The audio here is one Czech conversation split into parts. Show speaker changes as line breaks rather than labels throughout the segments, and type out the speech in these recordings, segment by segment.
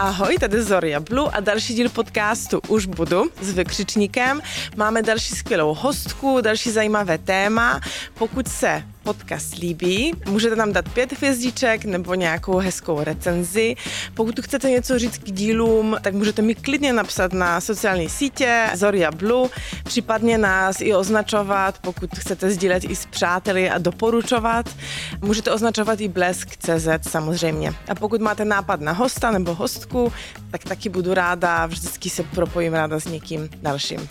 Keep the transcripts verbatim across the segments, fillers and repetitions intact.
Ahoj, tady Zoria Blue a další díl podcastu Už budu s vykřičníkem. Máme další skvělou hostku, další zajímavé téma. Pokud se podcast líbí, můžete tam dát pět hvězdiček nebo nějakou hezkou recenzi. Pokud chcete něco říct k dílům, tak můžete mi klidně napsat na sociální sítě Zoria Blue, případně nás i označovat, pokud chcete sdílet i s přáteli a doporučovat. Můžete označovat i blesk tečka cé zet samozřejmě. A pokud máte nápad na hosta nebo hostku, tak taky budu ráda, vždycky se propojím ráda s někým dalším.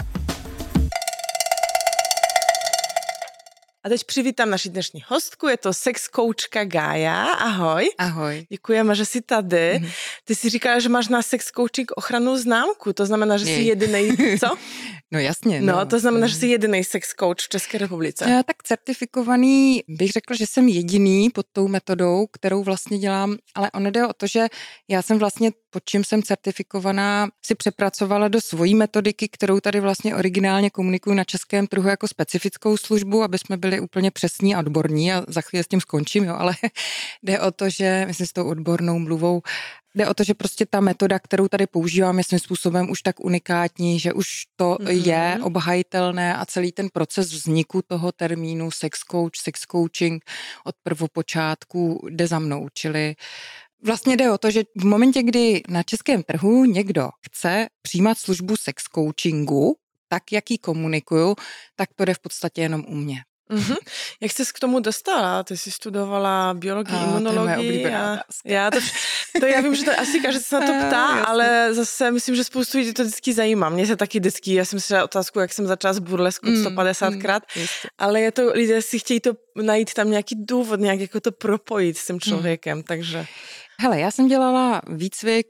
A teď přivítám naši dnešní hostku, je to sex koučka Gája. Ahoj.
Ahoj.
Děkujeme, že jsi tady.
Mhm.
Ty jsi říkala, že máš na sex coaching ochrannou známku, to znamená, že jsi
Jej.
jedinej, co?
No jasně.
No,
no,
to znamená, že jsi jedinej sex coach v České republice.
Já tak certifikovaný, bych řekla, že jsem jediný pod tou metodou, kterou vlastně dělám, ale ono jde o to, že já jsem vlastně, pod čím jsem certifikovaná, si přepracovala do svojí metodiky, kterou tady vlastně originálně komunikuju na českém trhu jako specifickou službu, aby jsme byli úplně přesní a odborní a za chvíli s tím skončím, jo, ale jde o to, že, myslím s tou odbornou mluvou, jde o to, že prostě ta metoda, kterou tady používám, je svým způsobem už tak unikátní, že už to mm-hmm. je obhajitelné a celý ten proces vzniku toho termínu sex coach, sex coaching od prvopočátku jde za mnou, čili vlastně jde o to, že v momentě, kdy na českém trhu někdo chce přijímat službu sex coachingu, tak jak ji komunikuju, tak to jde v podstatě jenom u mě.
Mm-hmm. Jak jsi k tomu dostala? Ty jsi studovala biologii,
a,
imunologii.
To
a já, to, to já vím, že to asi každý se na to ptá, a, ale zase myslím, že spoustu lidí to vždycky zajímá. Mě se taky vždycky, já jsem si dala otázku, jak jsem začala z burlesku mm, sto padesátkrát, mm, ale je to, lidé si chtějí to najít tam nějaký důvod, nějak jako to propojit s tím člověkem, mm. takže...
Hele, já jsem dělala výcvik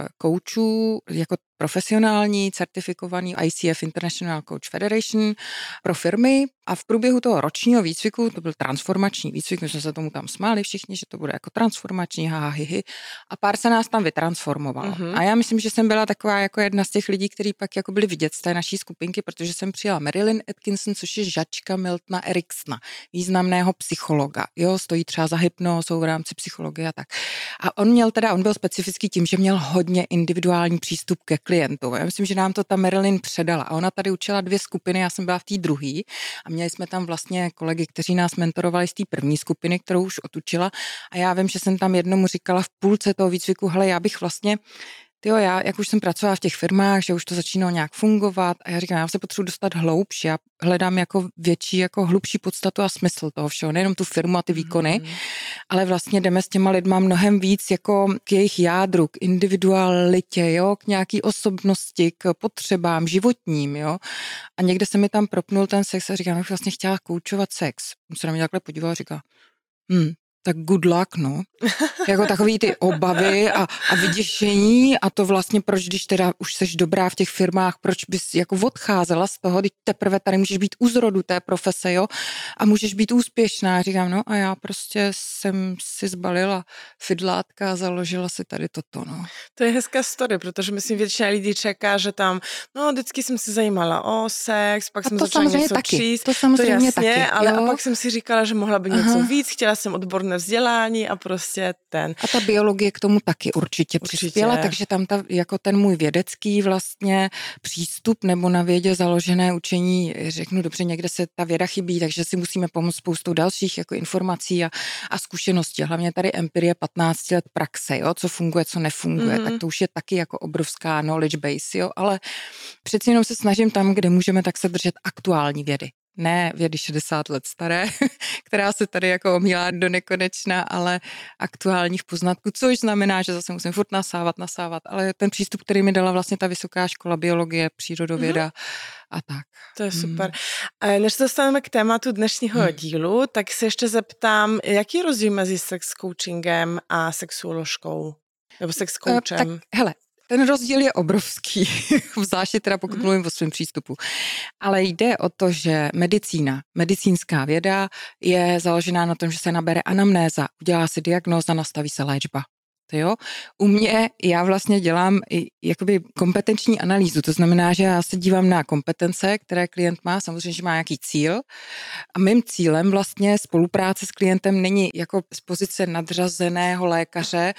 koučů jako profesionální, certifikovaný I C F International Coach Federation pro firmy a v průběhu toho ročního výcviku, to byl transformační výcvik, my jsme se tomu tam smáli všichni, že to bude jako transformační, haha, hihi, a pár se nás tam vytransformovalo. Mm-hmm. A já myslím, že jsem byla taková jako jedna z těch lidí, kteří pak jako byli vidět z té naší skupinky, protože jsem přijala Marilyn Atkinson, což je žačka Miltona Ericksona, významného psychologa. Jo, stojí třeba za hypnózou v rámci psychologie a tak. A on měl teda, on byl specifický tím, že měl hodně individuální přístup ke klientům. Já myslím, že nám to ta Marilyn předala. A ona tady učila dvě skupiny, já jsem byla v té druhé a měli jsme tam vlastně kolegy, kteří nás mentorovali z té první skupiny, kterou už otučila. A já vím, že jsem tam jednomu říkala v půlce toho výcviku, hele, já bych vlastně Tyjo, já, jak už jsem pracovala v těch firmách, že už to začínalo nějak fungovat a já říkám, já se potřebuji dostat hloubš, já hledám jako větší, jako hlubší podstatu a smysl toho všeho, nejenom tu firmu a ty výkony, mm. ale vlastně jdeme s těma lidma mnohem víc jako k jejich jádru, k individualitě, jo, k nějaký osobnosti, k potřebám životním, jo. A někde se mi tam propnul ten sex a říkám, já bych vlastně chtěla koučovat sex. On se na mě takhle podíval a říká, hm, tak good luck, no. Jako takový ty obavy a, a vyděšení a to vlastně proč, když teda už seš dobrá v těch firmách, proč bys jako odcházela z toho, když teprve tady můžeš být u zrodu té profese, jo, a můžeš být úspěšná. Říkám, no a já prostě jsem si zbalila fidlátka a založila si tady toto, no.
To je hezká story, protože myslím, většina lidí čeká, že tam, no vždycky jsem si zajímala o sex, pak
a
jsem
to
začala něco
taky.
číst.
To samozřejmě
to jasně,
taky,
ale
jo.
a pak jsem si říkala, že mohla by něco
Aha.
víc, chtěla jsem odborné vzdělání a prostě ten.
A ta biologie k tomu taky určitě, určitě přispěla, takže tam ta, jako ten můj vědecký vlastně přístup nebo na vědě založené učení, řeknu dobře, někde se ta věda chybí, takže si musíme pomoct spoustou dalších jako informací a, a zkušeností. Hlavně tady empirie patnáct let praxe, jo, co funguje, co nefunguje, mm-hmm. tak to už je taky jako obrovská knowledge base, jo, ale přeci jenom se snažím tam, kde můžeme, tak se držet aktuální vědy. Ne vědy šedesát let staré, která se tady jako omílá do nekonečna, ale aktuálních poznatků, což znamená, že zase musím furt nasávat, nasávat, ale ten přístup, který mi dala vlastně ta vysoká škola biologie, přírodověda mm. a tak.
To je super. Mm. Než se dostaneme k tématu dnešního mm. dílu, tak se ještě zeptám, jaký je rozdíl mezi sex coachingem a sexuoložkou? Nebo sex coachem?
Uh, tak hele, ten rozdíl je obrovský, zvláště teda pokud mm. mluvím o svém přístupu. Ale jde o to, že medicína, medicínská věda je založená na tom, že se nabere anamnéza, udělá si diagnóza, nastaví se léčba. To jo? U mě já vlastně dělám i jakoby kompetenční analýzu, to znamená, že já se dívám na kompetence, které klient má, samozřejmě, že má nějaký cíl a mým cílem vlastně spolupráce s klientem není jako z pozice nadřazeného lékaře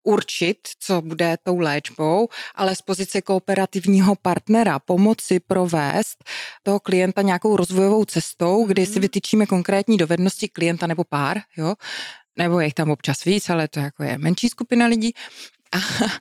určit, co bude tou léčbou, ale z pozice kooperativního partnera pomoci provést toho klienta nějakou rozvojovou cestou, kdy si vytyčíme konkrétní dovednosti klienta nebo pár, jo, nebo je jich tam občas víc, ale to jako je menší skupina lidí. A,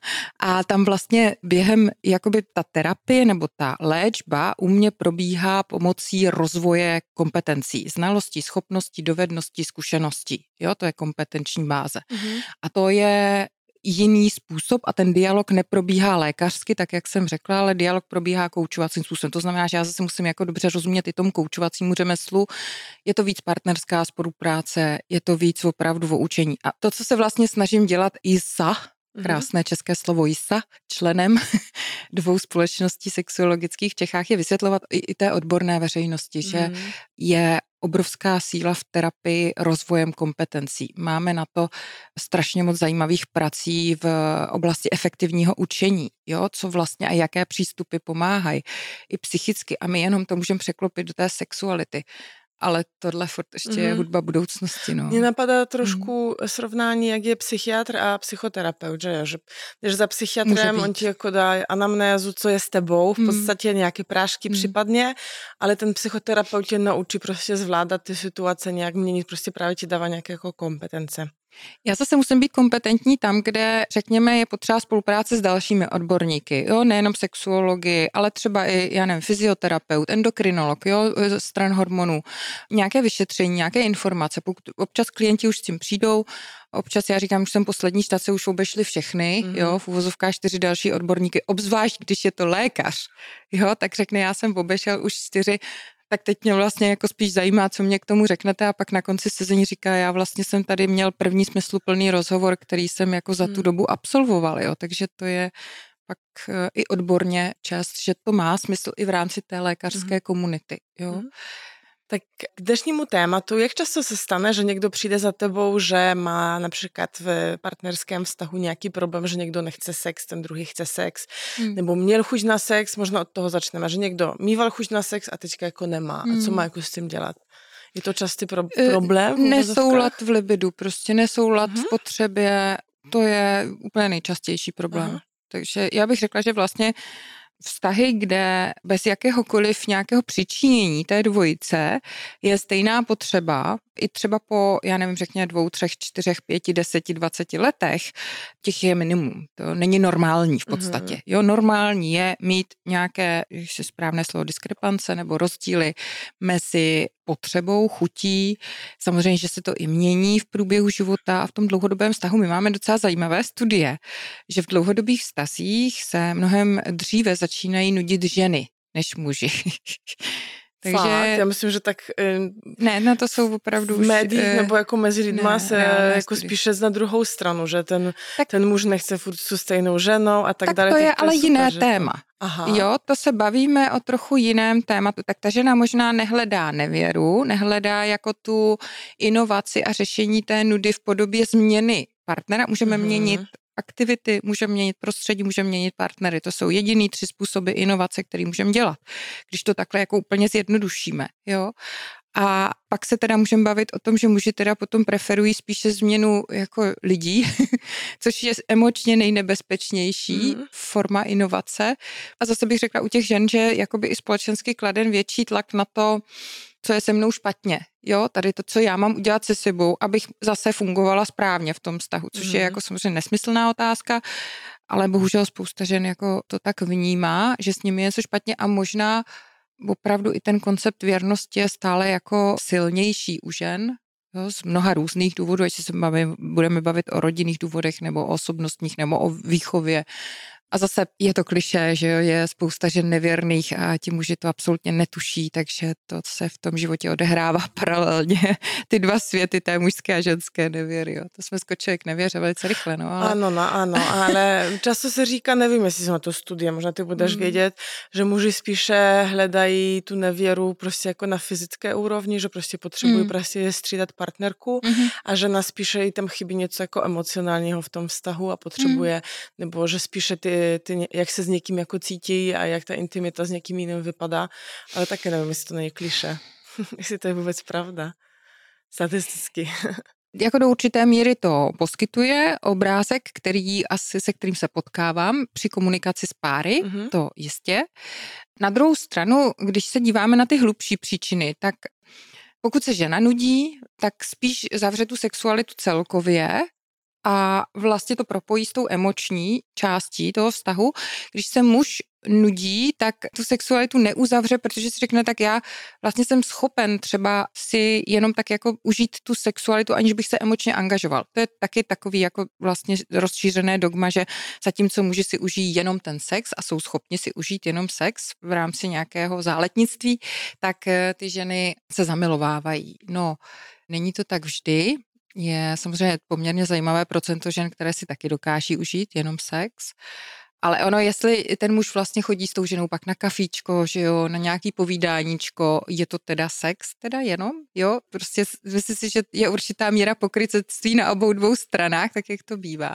a tam vlastně během jakoby ta terapie nebo ta léčba u mě probíhá pomocí rozvoje kompetencí, znalostí, schopností, dovedností, zkušeností. Jo, to je kompetenční báze. Mm-hmm. A to je jiný způsob a ten dialog neprobíhá lékařsky, tak jak jsem řekla, ale dialog probíhá koučovacím způsobem. To znamená, že já zase musím jako dobře rozumět i tomu koučovacímu řemeslu. Je to víc partnerská spolupráce, je to víc opravdu o učení. A to, co se vlastně snažím dělat I S A, krásné české slovo I S A, členem dvou společností sexuologických v Čechách, je vysvětlovat i, i té odborné veřejnosti, mm. že je obrovská síla v terapii rozvojem kompetencí. Máme na to strašně moc zajímavých prací v oblasti efektivního učení, jo, co vlastně a jaké přístupy pomáhají i psychicky a my jenom to můžeme překlopit do té sexuality. Ale tohle furt ještě mm. je hudba budoucnosti. No.
Mně napadá trošku mm. srovnání, jak je psychiatr a psychoterapeut, že jo? Že, že za psychiatrem on ti jako dá anamnézu, co je s tebou, v mm. podstatě nějaké prášky mm. případně, ale ten psychoterapeut tě naučí prostě zvládat ty situace, nějak měnit, prostě právě ti dává nějaké jako kompetence.
Já zase musím být kompetentní tam, kde, řekněme, je potřeba spolupráce s dalšími odborníky, jo, nejenom sexuologi, ale třeba i, já nevím, fyzioterapeut, endokrinolog, jo, stran hormonů, nějaké vyšetření, nějaké informace, pokud občas klienti už s tím přijdou, občas já říkám, že jsem poslední štace už obešli všechny, mm. jo, v uvozovkách čtyři další odborníky, obzvlášť, když je to lékař, jo, tak řekne, já jsem obešel už čtyři, tak teď mě vlastně jako spíš zajímá, co mě k tomu řeknete a pak na konci sezení říká, já vlastně jsem tady měl první smysluplný rozhovor, který jsem jako za tu hmm. dobu absolvoval, jo, takže to je pak i odborně část, že to má smysl i v rámci té lékařské hmm. komunity, jo. Hmm.
Tak k dnešnímu tématu, jak často se stane, že někdo přijde za tebou, že má například v partnerském vztahu nějaký problém, že někdo nechce sex, ten druhý chce sex, hmm. nebo měl chuť na sex, možná od toho začneme, že někdo mýval chuť na sex a teďka jako nemá. Hmm. A co má jako s tím dělat? Je to častý pro- problém?
Nesoulad v libidu, prostě nesoulad uh-huh. v potřebě, to je úplně nejčastější problém. Uh-huh. Takže já bych řekla, že vlastně vztahy, kde bez jakéhokoliv nějakého přičinění té dvojice je stejná potřeba, i třeba po, já nevím, řekněme dvou, třech, čtyřech, pěti, deseti, dvaceti letech, těch je minimum. To není normální v podstatě. Mm-hmm. Jo, normální je mít nějaké, ještě správné slovo, diskrepance nebo rozdíly mezi potřebou, chutí. Samozřejmě, že se to i mění v průběhu života a v tom dlouhodobém vztahu my máme docela zajímavé studie, že v dlouhodobých vztazích se mnohem dříve začínají nudit ženy než muži.
Takže fakt, já myslím, že tak
ne, na to jsou opravdu
v médiích už, nebo jako mezi lidma ne, se ne, jako spíše na druhou stranu, že ten, tak, ten muž nechce furt s stejnou ženou a tak, tak dále.
Tak to je ale
super,
jiné téma.
Aha.
Jo, to se bavíme o trochu jiném tématu. Tak ta žena možná nehledá nevěru, nehledá jako tu inovaci a řešení té nudy v podobě změny partnera. Můžeme mm-hmm. měnit aktivity, můžeme měnit prostředí, můžeme měnit partnery. To jsou jediný tři způsoby inovace, které můžeme dělat. Když to takhle jako úplně zjednodušíme, jo. A pak se teda můžeme bavit o tom, že muži teda potom preferují spíše změnu jako lidí, což je emočně nejnebezpečnější mm. forma inovace. A zase bych řekla u těch žen, že jakoby i společensky kladen větší tlak na to, co je se mnou špatně. Jo, tady to, co já mám udělat se sebou, abych zase fungovala správně v tom vztahu, což mm. je jako samozřejmě nesmyslná otázka, ale bohužel spousta žen jako to tak vnímá, že s nimi je něco špatně a možná opravdu i ten koncept věrnosti je stále jako silnější u žen, jo, z mnoha různých důvodů, jestli se bavím, budeme bavit o rodinných důvodech nebo o osobnostních nebo o výchově. A zase je to klišé, že je spousta žen nevěrných a ti muži to absolutně netuší, takže to se v tom životě odehrává paralelně. Ty dva světy, té mužské a ženské nevěry. Jo. To jsme skočili k nevěře velice rychle. No, ale...
Ano, no, ano, ale často se říká, nevím, jestli jsou na to studie, možná ty budeš mm. vědět, že muži spíše hledají tu nevěru prostě jako na fyzické úrovni, že prostě potřebují mm. prostě střídat partnerku mm. a žena spíše jí tam chybí něco jako emocionálního v tom vztahu a potřebuje, mm. nebo že spíše ty Ty, jak se s někým jako cítí a jak ta intimita s někým jiným vypadá, ale taky nevím, jestli to není klišé. Jestli to je vůbec pravda. Statisticky.
jako do určité míry to poskytuje obrázek, který asi se kterým se potkávám při komunikaci s páry, mm-hmm. to jistě. Na druhou stranu, když se díváme na ty hlubší příčiny, tak pokud se žena nudí, tak spíš zavře tu sexualitu celkově a vlastně to propojí s tou emoční částí toho vztahu. Když se muž nudí, tak tu sexualitu neuzavře, protože si řekne, tak já vlastně jsem schopen třeba si jenom tak jako užít tu sexualitu, aniž bych se emočně angažoval. To je taky takový jako vlastně rozšířené dogma, že zatímco muži si užijí jenom ten sex a jsou schopni si užít jenom sex v rámci nějakého záletnictví, tak ty ženy se zamilovávají. No, není to tak vždy. Je samozřejmě poměrně zajímavé procento žen, které si taky dokáží užít jenom sex. Ale ono, jestli ten muž vlastně chodí s tou ženou pak na kafíčko, že jo, na nějaký povídáníčko, je to teda sex, teda jenom, jo? Prostě myslím si, že je určitá míra pokrytectví na obou dvou stranách, tak jak to bývá.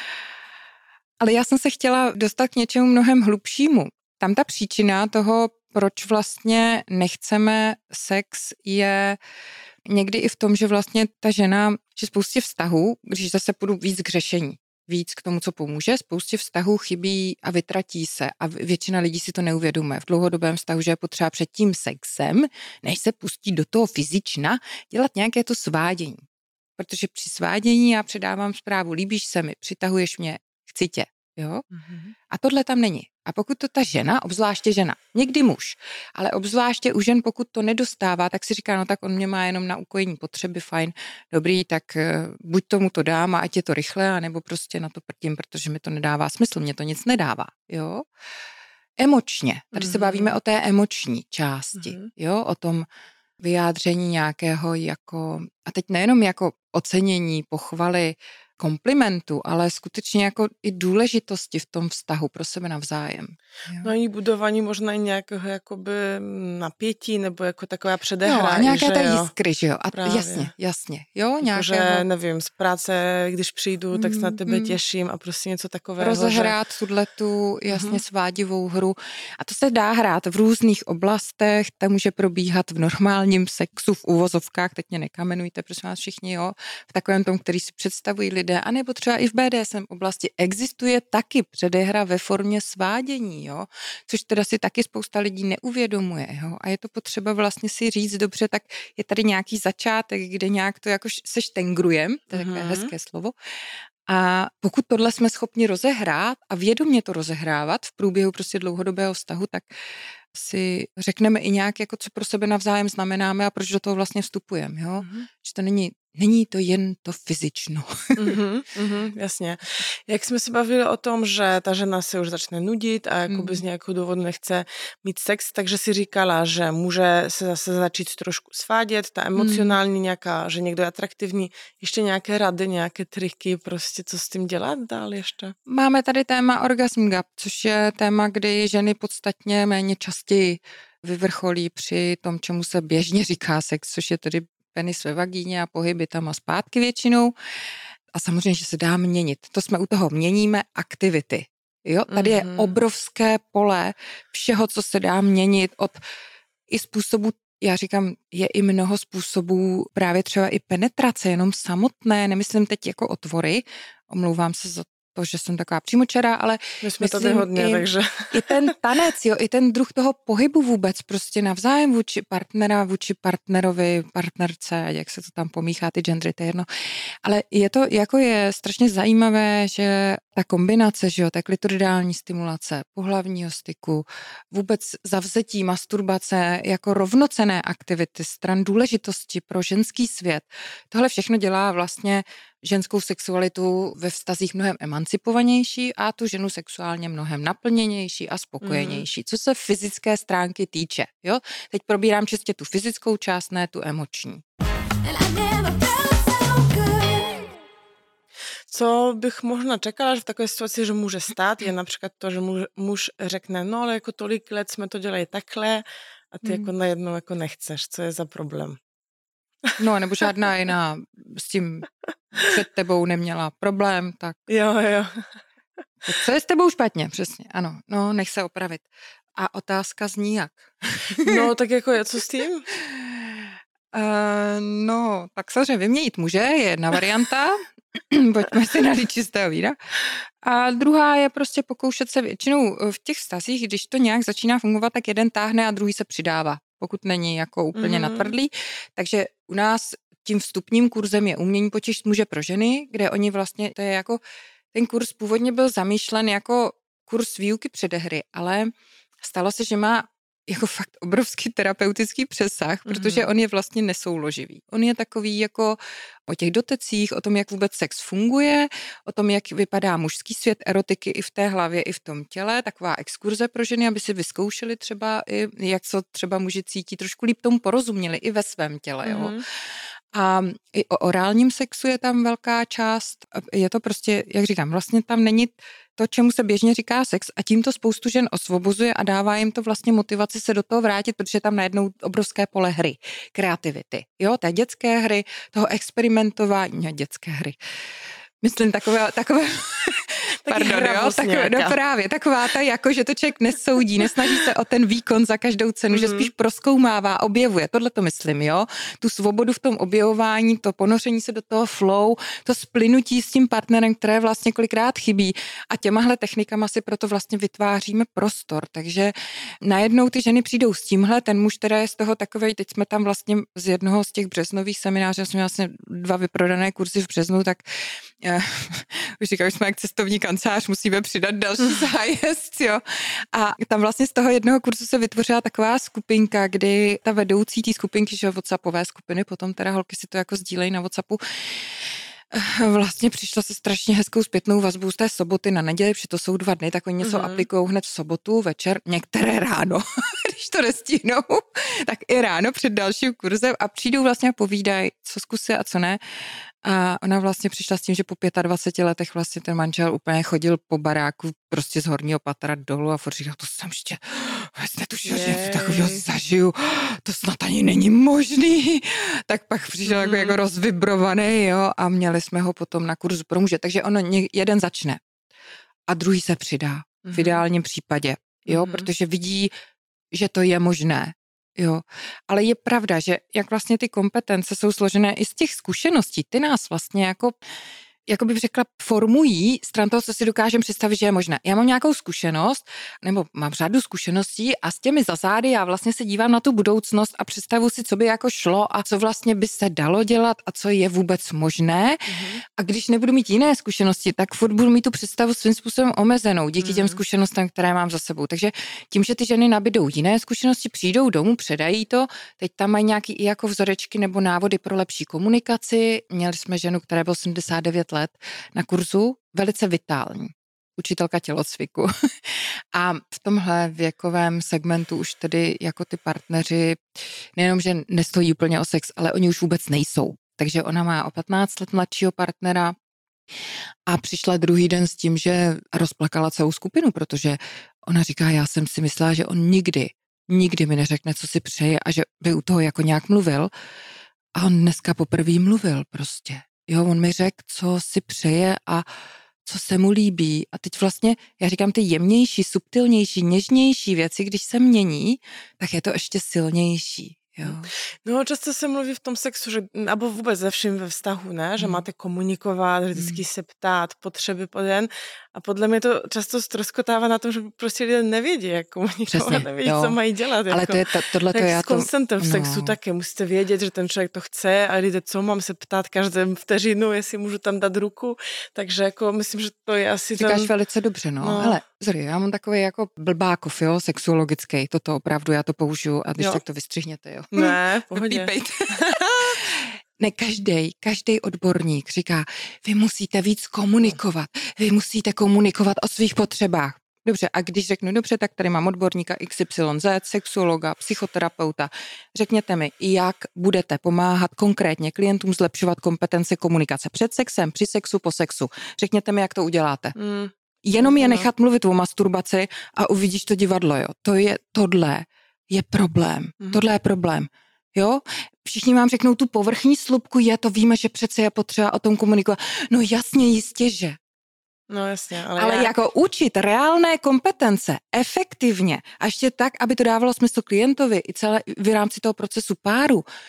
Ale já jsem se chtěla dostat k něčemu mnohem hlubšímu. Tam ta příčina toho, proč vlastně nechceme sex, je někdy i v tom, že vlastně ta žena, že spoustě vztahů, když zase půjdu víc k řešení, víc k tomu, co pomůže, spoustě vztahů chybí a vytratí se a většina lidí si to neuvědomuje v dlouhodobém vztahu, že je potřeba před tím sexem, než se pustí do toho fyzična, dělat nějaké to svádění. Protože při svádění já předávám zprávu, líbíš se mi, přitahuješ mě, chci tě. Jo? Mm-hmm. A tohle tam není. A pokud to ta žena, obzvláště žena, někdy muž, ale obzvláště u žen, pokud to nedostává, tak si říká, no tak on mě má jenom na ukojení potřeby, fajn, dobrý, tak buď tomu to dám a ať je to rychle, anebo prostě na to prdím, protože mi to nedává smysl, mě to nic nedává, jo. Emočně, tady mm-hmm. se bavíme o té emoční části, mm-hmm. jo, o tom vyjádření nějakého jako, a teď nejenom jako ocenění, pochvaly, komplimentu, ale skutečně jako i důležitosti v tom vztahu pro sebe navzájem. Jo.
No i budování možná i nějakého jakoby napětí, nebo jako taková předehra.
Jo, a nějaké té jiskry, že jo. A právě. jasně, jasně. Jo, nějakého...
Že, nevím, z práce, když přijdu, tak se na tebe mm. těším a prostě něco takového.
Rozehrát že... tuhletu jasně mm. svádivou hru. A to se dá hrát v různých oblastech, to může probíhat v normálním sexu, v uvozovkách, teď mě nekamenujte, prosím vás všichni, jo, v takovém tom, který si představují lidé, anebo třeba i v bé dé es em oblasti existuje taky předehra ve formě svádění, jo, což teda si taky spousta lidí neuvědomuje, jo, a je to potřeba vlastně si říct dobře, tak je tady nějaký začátek, kde nějak to jako se štengrujem, to je takové hezké slovo, a pokud tohle jsme schopni rozehrát a vědomě to rozehrávat v průběhu prostě dlouhodobého vztahu, tak si řekneme i nějak, jako co pro sebe navzájem znamenáme a proč do toho vlastně vstupujeme, jo? Mm-hmm. Že to není, není to jen to fyzično.
mm-hmm, mm-hmm, jasně. Jak jsme se bavili o tom, že ta žena se už začne nudit a jakoby mm. z nějakého důvodu nechce mít sex, takže si říkala, že může se zase začít trošku svádět, ta emocionální mm. nějaká, že někdo je atraktivní, ještě nějaké rady, nějaké triky, prostě co s tím dělat dál ještě?
Máme tady téma orgasm gap, což je téma, kdy ženy podstatně méně častěji vyvrcholí při tom, čemu se běžně říká sex, což je tedy penis ve vagíně a pohyby tam a zpátky většinou. A samozřejmě, že se dá měnit. To jsme u toho měníme aktivity. Jo? Tady je mm-hmm. obrovské pole všeho, co se dá měnit od i způsobu, já říkám, je i mnoho způsobů právě třeba i penetrace, jenom samotné, nemyslím teď jako otvory, omlouvám se za to, že jsem taková přímočará, ale
my jsme tady hodně,
i,
takže...
i ten tanec, jo, i ten druh toho pohybu vůbec prostě navzájem vůči partnera, vůči partnerovi, partnerce, jak se to tam pomíchá, ty gendry, to je jedno. Ale je to, jako je strašně zajímavé, že ta kombinace, že jo, té klitoridální stimulace, pohlavního styku, vůbec zavzetí, masturbace jako rovnocenné aktivity, stran důležitosti pro ženský svět, tohle všechno dělá vlastně ženskou sexualitu ve vztazích mnohem emancipovanější a tu ženu sexuálně mnohem naplněnější a spokojenější, mm. co se fyzické stránky týče. Jo? Teď probírám čistě tu fyzickou část, ne tu emoční.
Co bych možná čekala, že v takové situaci, že může stát, je například to, že muž, muž řekne, no ale jako tolik let jsme to dělali takhle a ty mm. jako najednou jako nechceš. Co je za problém?
No, nebo žádná jiná s tím před tebou neměla problém, tak...
Jo, jo.
Tak co je s tebou špatně? Přesně, ano. No, nech se opravit. A otázka zní jak?
No, tak jako je, co s tím?
Uh, no, tak samozřejmě vyměnit muže je jedna varianta. Pojďme si nalít čistého vína. A druhá je prostě pokoušet se většinou v těch vztazích, když to nějak začíná fungovat, tak jeden táhne a druhý se přidává, pokud není jako úplně mm. natvrdlý. Takže u nás tím vstupním kurzem je umění počíst muže pro ženy, kde oni vlastně, to je jako, ten kurz původně byl zamýšlen jako kurz výuky předehry, ale stalo se, že má jako fakt obrovský terapeutický přesah, mm-hmm. protože on je vlastně nesouloživý. On je takový jako o těch dotecích, o tom, jak vůbec sex funguje, o tom, jak vypadá mužský svět erotiky i v té hlavě, i v tom těle, taková exkurze pro ženy, aby si vyzkoušeli třeba i, jak se třeba muži cítí, trošku líp tomu porozuměli i ve svém těle, jo. Mm-hmm. A i o orálním sexu je tam velká část, je to prostě, jak říkám, vlastně tam není to, čemu se běžně říká sex a tím to spoustu žen osvobozuje a dává jim to vlastně motivaci se do toho vrátit, protože je tam najednou obrovské pole hry, kreativity, jo, té dětské hry, toho experimentování, ne, dětské hry. Myslím takové, takové pardon, jo, takové, no právě, taková ta, jako, že to člověk nesoudí, nesnaží se o ten výkon za každou cenu, mm-hmm. že spíš prozkoumává, objevuje, tohle to myslím, jo, tu svobodu v tom objevování, to ponoření se do toho flow, to splynutí s tím partnerem, které vlastně kolikrát chybí a těmahle technikama si proto vlastně vytváříme prostor, takže najednou ty ženy přijdou s tímhle, ten muž, který je z toho takovej, teď jsme tam vlastně z jednoho z těch březnových seminářů, jsme vlastně dva vyprodané kurzy v březnu, tak uh, už říkám, jsme jak cestovní kancelář, musíme přidat další zájezd, jo. A tam vlastně z toho jednoho kurzu se vytvořila taková skupinka, kdy ta vedoucí té skupinky, že WhatsAppové skupiny, potom teda holky si to jako sdílejí na WhatsAppu, vlastně přišla se strašně hezkou zpětnou vazbou z té soboty na neděli, protože to jsou dva dny, tak oni něco mm-hmm. aplikují hned v sobotu, večer, některé ráno, když to nestihnou, tak i ráno před dalším kurzem a přijdou vlastně a povídají, co zkusí a co ne. A ona vlastně přišla s tím, že po dvaceti pěti letech vlastně ten manžel úplně chodil po baráku prostě z horního patra dolů a furt říkal, to jsem ještě vůbec netušil, že něco takového zažiju, to snad ani není možný. Tak pak přišel mm. jako, jako rozvibrovaný, jo, a měli jsme ho potom na kurzu pro muže. Takže ono jeden začne a druhý se přidá mm. v ideálním případě, jo, mm. protože vidí, že to je možné. Jo, ale je pravda, že jak vlastně ty kompetence jsou složené i z těch zkušeností, ty nás vlastně jako, jako bych řekla, formují stran toho, co si dokážeme představit, že je možné. Já mám nějakou zkušenost, nebo mám řadu zkušeností a s těmi za zády já vlastně se dívám na tu budoucnost a představuji si, co by jako šlo a co vlastně by se dalo dělat a co je vůbec možné. Mm-hmm. A když nebudu mít jiné zkušenosti, tak furt budu mít tu představu svým způsobem omezenou díky mm-hmm. těm zkušenostem, které mám za sebou. Takže tím, že ty ženy nabídou jiné zkušenosti, přijdou domů, předají to, teď tam mají nějaký i jako vzorečky nebo návody pro lepší komunikaci. Měli jsme ženu, která byla sedmdesát devět let na kurzu, velice vitální, učitelka tělocviku. A v tomhle věkovém segmentu už tedy jako ty partneři nejenom, že nestojí úplně o sex, ale oni už vůbec nejsou. Takže ona má o patnáct let mladšího partnera a přišla druhý den s tím, že rozplakala celou skupinu, protože ona říká, já jsem si myslela, že on nikdy, nikdy mi neřekne, co si přeje a že by u toho jako nějak mluvil. A on dneska poprvé mluvil prostě. Jo, on mi řekl, co si přeje a co se mu líbí. A teď vlastně, já říkám, ty jemnější, subtilnější, něžnější věci, když se mění, tak je to ještě silnější. Jo.
No často se mluví v tom sexu, že, abo vůbec ze vším ve vztahu, ne? Že hmm. máte komunikovat, vždycky hmm. se ptát, potřeby poden. A podle mě to často ztroskotává na tom, že prostě lidé nevědí, jak komunikovat, Přesně, nevědí, jo. co mají dělat.
Ale
jako.
to je to, tohle to já
s konsentem v sexu no. také. Musíte vědět, že ten člověk to chce a lidé, co mám se ptát každém vteřinu, jestli můžu tam dát ruku. Takže jako myslím, že to je asi
Říkáš
ten...
velice dobře, no. no. Hele, sorry, já mám takový jako blbákov, jo, sexuologický, toto opravdu, já to použiju a když jo. tak to vystřihněte, jo.
Ne, pohodě.
Ne, každý, každý odborník říká, vy musíte víc komunikovat, vy musíte komunikovat o svých potřebách. Dobře, a když řeknu, dobře, tak tady mám odborníka X Y Z, sexuologa, psychoterapeuta. Řekněte mi, jak budete pomáhat konkrétně klientům zlepšovat kompetence komunikace před sexem, při sexu, po sexu. Řekněte mi, jak to uděláte. Mm. Jenom je nechat mluvit o masturbaci a uvidíš to divadlo, jo. To je, tohle je problém. Mm. Tohle je problém. Jo? Všichni vám řeknou tu povrchní slupku, je to, víme, že přece je potřeba o tom komunikovat. No jasně, jistě, že.
No jasně, ale,
ale
já...
jako učit reálné kompetence efektivně a ještě tak, aby to dávalo smysl klientovi i celé v rámci toho procesu páru,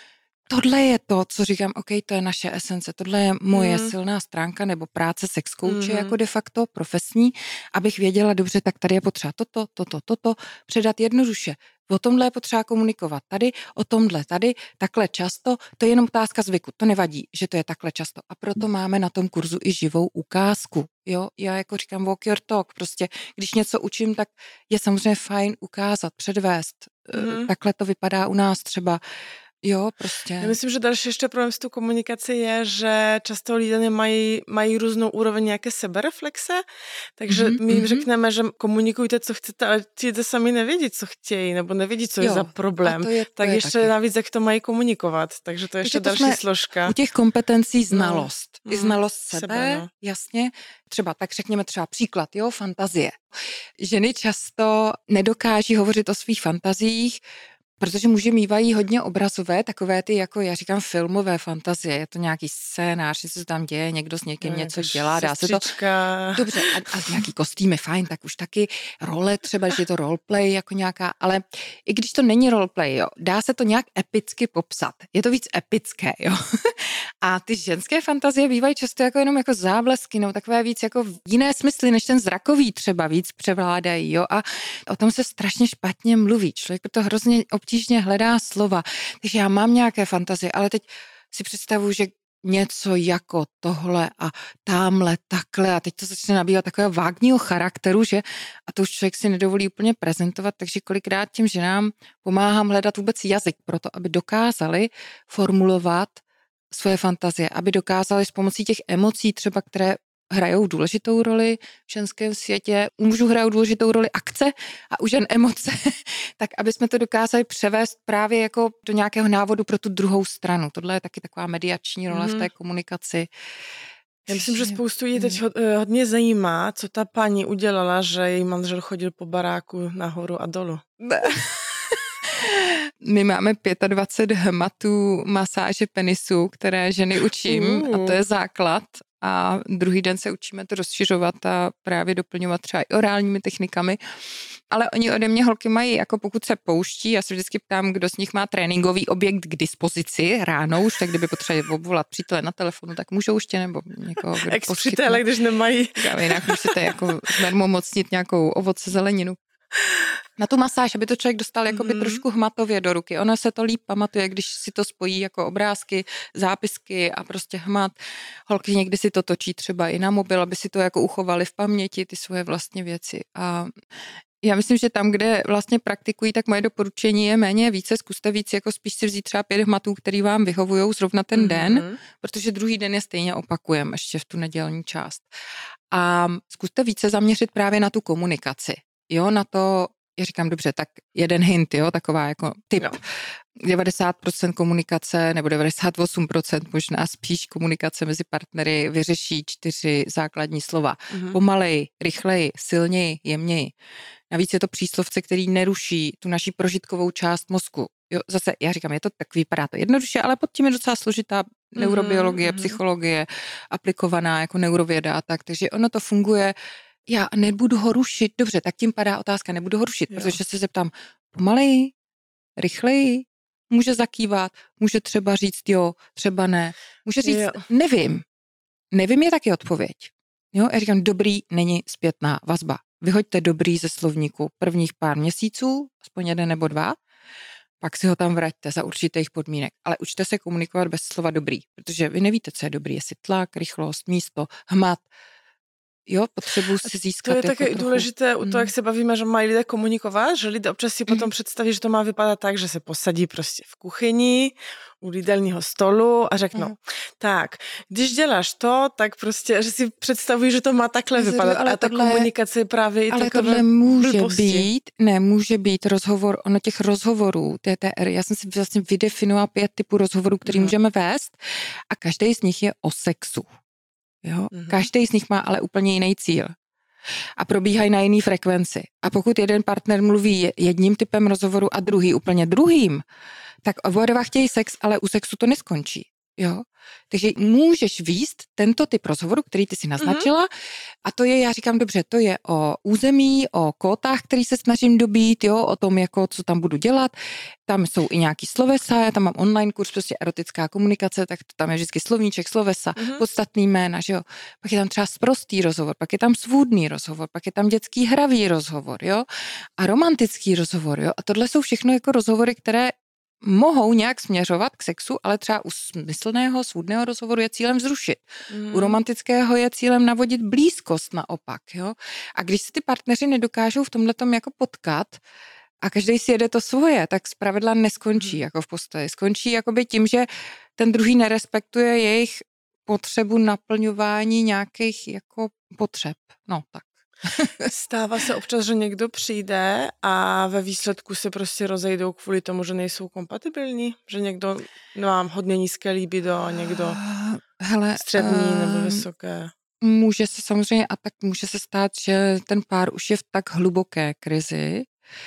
tohle je to, co říkám, OK, to je naše esence, tohle je moje
Mm.
silná stránka nebo práce sex coache
Mhm.
jako de facto profesní, abych věděla, dobře, tak tady je potřeba toto, toto, toto, předat jednoduše. O tomhle je potřeba komunikovat tady, o tomhle tady, takhle často, to je jenom otázka zvyku, to nevadí, že to je takhle často. A proto máme na tom kurzu i živou ukázku. Jo, já jako říkám walk your talk, prostě když něco učím, tak je samozřejmě fajn ukázat, předvést.
Mhm.
Takhle to vypadá u nás třeba. Jo, prostě.
Já myslím, že další ještě problém s tou komunikací je, že často lidé nemají, mají různou úroveň nějaké sebereflexe, takže
Mhm,
my jim
mhm.
řekneme, že komunikujte, co chcete, ale ti lidé sami nevědí, co chtějí, nebo nevědí, co je
Jo,
za
a
problém.
to je- to
tak
je
ještě
taky.
navíc, jak to mají komunikovat. Takže to je ještě
Takže to
další
jsme
složka.
U těch kompetencí znalost.
No,
I
mm,
znalost sebe,
sebe, no.
jasně. Třeba, tak řekněme třeba příklad, jo, fantazie. Ženy často nedokáží hovořit o svých fantaziích, protože muži mývají hodně obrazové, takové ty, jako já říkám, filmové fantazie. Je to nějaký scénář, něco se tam děje, někdo s někým
Jo,
něco
jakož
dělá, dá se to...
sestřička.
Dobře, a, a nějaký kostýmy, fajn, tak už taky role, třeba, že je to roleplay jako nějaká, ale i když to není roleplay, jo, dá se to nějak epicky popsat. Je to víc epické, jo. A ty ženské fantazie bývají často jako jenom jako záblesky, no takové víc jako jiné smysly, než ten zrakový třeba víc převládají, jo. A o tom se strašně špatně mluví. Člověk to hrozně obtížně hledá slova. Takže já mám nějaké fantazie, ale teď si představuju, že něco jako tohle a támhle takhle a teď to začne nabývat takového vágního charakteru, že a to už člověk si nedovolí úplně prezentovat, takže kolikrát těm ženám pomáhám hledat vůbec jazyk pro to, aby dokázali formulovat svoje fantazie, aby dokázali s pomocí těch emocí třeba, které hrajou důležitou roli v ženském světě, u mužů hrajou důležitou roli akce a u žen emoce, tak aby jsme to dokázali převést právě jako do nějakého návodu pro tu druhou stranu. Tohle je taky taková mediační role mm. v té komunikaci.
Já myslím, že spoustu lidí teď hodně zajímá, co ta paní udělala, že její manžel chodil po baráku nahoru a dolu.
My máme dvacet pět hmatů masáže penisu, které ženy učím uh. a to je základ. A druhý den se učíme to rozšiřovat a právě doplňovat třeba i orálními technikami. Ale oni ode mě holky mají, jako pokud se pouští, já se vždycky ptám, kdo z nich má tréninkový objekt k dispozici ráno už, tak kdyby potřebovali obvolat přítele na telefonu, tak můžou ještě nebo někoho, kdo
ex-přítele, když nemají.
Jinak můžete jako zmermomocnit nějakou ovoce, zeleninu. Na tu masáž, aby to člověk dostal jakoby mm. trošku hmatově do ruky. Ono se to líp pamatuje, když si to spojí jako obrázky, zápisky a prostě hmat. Holky někdy si to točí třeba i na mobil, aby si to jako uchovali v paměti, ty svoje vlastní věci. A já myslím, že tam, kde vlastně praktikují, tak moje doporučení je méně více, zkuste víc, jako spíš si vzít třeba pět hmatů, který vám vyhovujou zrovna ten mm. den, protože druhý den je stejně opakujeme ještě v tu nedělní část. A zkuste více zaměřit právě na tu komunikaci. Jo, na to, já říkám, dobře, tak jeden hint, jo, taková jako tip. Jo. devadesát procent komunikace nebo devadesát osm procent možná spíš komunikace mezi partnery vyřeší čtyři základní slova. Mm-hmm. Pomalej, rychleji, silněji, jemněji. Navíc je to příslovce, který neruší tu naši prožitkovou část mozku. Jo, zase, já říkám, je to tak, vypadá to jednoduše, ale pod tím je docela složitá neurobiologie, mm-hmm. psychologie, aplikovaná jako neurověda a tak, takže ono to funguje. Já nebudu ho rušit, dobře, tak tím padá otázka, nebudu ho rušit, jo. Protože se zeptám, pomaleji, rychleji, může zakývat, může třeba říct jo, třeba ne, může říct, jo. nevím, nevím je taky odpověď. Jo, já říkám, dobrý není zpětná vazba. Vyhoďte dobrý ze slovníku prvních pár měsíců, aspoň jeden nebo dva, pak si ho tam vraťte za určitých podmínek. Ale učte se komunikovat bez slova dobrý, protože vy nevíte, co je dobrý, jestli tlak, rychlost, místo, hmat. Jo, potřebuji si získat.
To je
jako
také
trochu...
důležité u toho, jak se bavíme, že mají lidé komunikovat, že lidé občas si potom představí, že to má vypadat tak, že se posadí prostě v kuchyni, u jídelního stolu a řeknou, mm. tak, když děláš to, tak prostě, že si představují, že to má takhle vypadat. Ale a ta tohle, komunikace je právě i
ale
takové
tohle může
blbosti.
být, ne, může být rozhovor, ono těch rozhovorů, T T R, já jsem si vlastně vydefinovala pět typů rozhovorů, který mm. můžeme vést a každý z nich je o sexu. Jo? Mm-hmm. Každý z nich má ale úplně jiný cíl a probíhají na jiný frekvenci. A pokud jeden partner mluví jedním typem rozhovoru a druhý úplně druhým, tak oba dva chtějí sex, ale u sexu to neskončí. Jo, takže můžeš výst tento typ rozhovoru, který ty si naznačila, mm-hmm. a to je, já říkám, dobře, to je o území, o kótách, který se snažím dobít, jo, o tom, jako, co tam budu dělat. Tam jsou i nějaký slovesa, já tam mám online kurz, prostě erotická komunikace, tak tam je vždycky slovníček, slovesa, mm-hmm. podstatný jména, že jo. Pak je tam třeba sprostý rozhovor, pak je tam svůdný rozhovor, pak je tam dětský hravý rozhovor, jo, a romantický rozhovor, jo. A tohle jsou všechno jako rozhovory, které mohou nějak směřovat k sexu, ale třeba u smyslného, svůdného rozhovoru je cílem vzrušit. Mm. U romantického je cílem navodit blízkost naopak, jo. A když si ty partneři nedokážou v tomhletom jako potkat a každý si jede to svoje, tak zpravidla neskončí mm. jako v postoji. Skončí jakoby tím, že ten druhý nerespektuje jejich potřebu naplňování nějakých jako potřeb. No, tak.
Stává se občas, že někdo přijde a ve výsledku se prostě rozejdou kvůli tomu, že nejsou kompatibilní? Že někdo má hodně nízké libido a někdo Hele, střední uh, nebo vysoké?
Může se samozřejmě, a tak může se stát, že ten pár už je v tak hluboké krizi,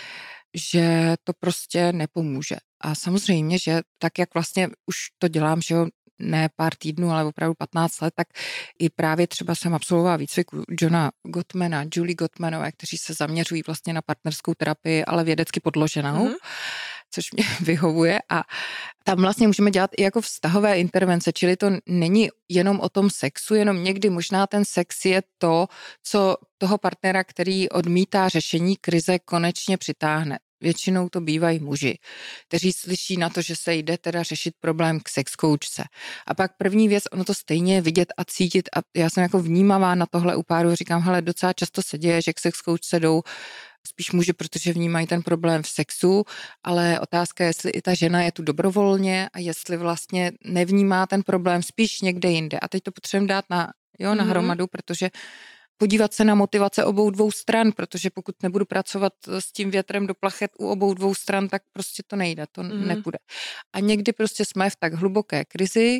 že to prostě nepomůže. A samozřejmě, že tak, jak vlastně už to dělám, že jo, ne pár týdnů, ale opravdu patnáct let, tak i právě třeba jsem absolvovala výcvik Johna Gottmana, Julie Gottmanové, kteří se zaměřují vlastně na partnerskou terapii, ale vědecky podloženou, mm-hmm. což mě vyhovuje, a tam vlastně můžeme dělat i jako vztahové intervence, čili to není jenom o tom sexu, jenom někdy možná ten sex je to, co toho partnera, který odmítá řešení krize, konečně přitáhne. Většinou to bývají muži, kteří slyší na to, že se jde teda řešit problém k sex coachce. A pak první věc, ono to stejně je vidět a cítit, a já jsem jako vnímavá na tohle u páru, říkám, hele, docela často se děje, že k sex coachce jdou spíš muži, protože vnímají ten problém v sexu, ale otázka je, jestli i ta žena je tu dobrovolně a jestli vlastně nevnímá ten problém spíš někde jinde. A teď to potřebujeme dát na, jo, na hromadu, protože podívat se na motivace obou dvou stran, protože pokud nebudu pracovat s tím větrem do plachet u obou dvou stran, tak prostě to nejde, to mm. nepůjde. A někdy prostě jsme v tak hluboké krizi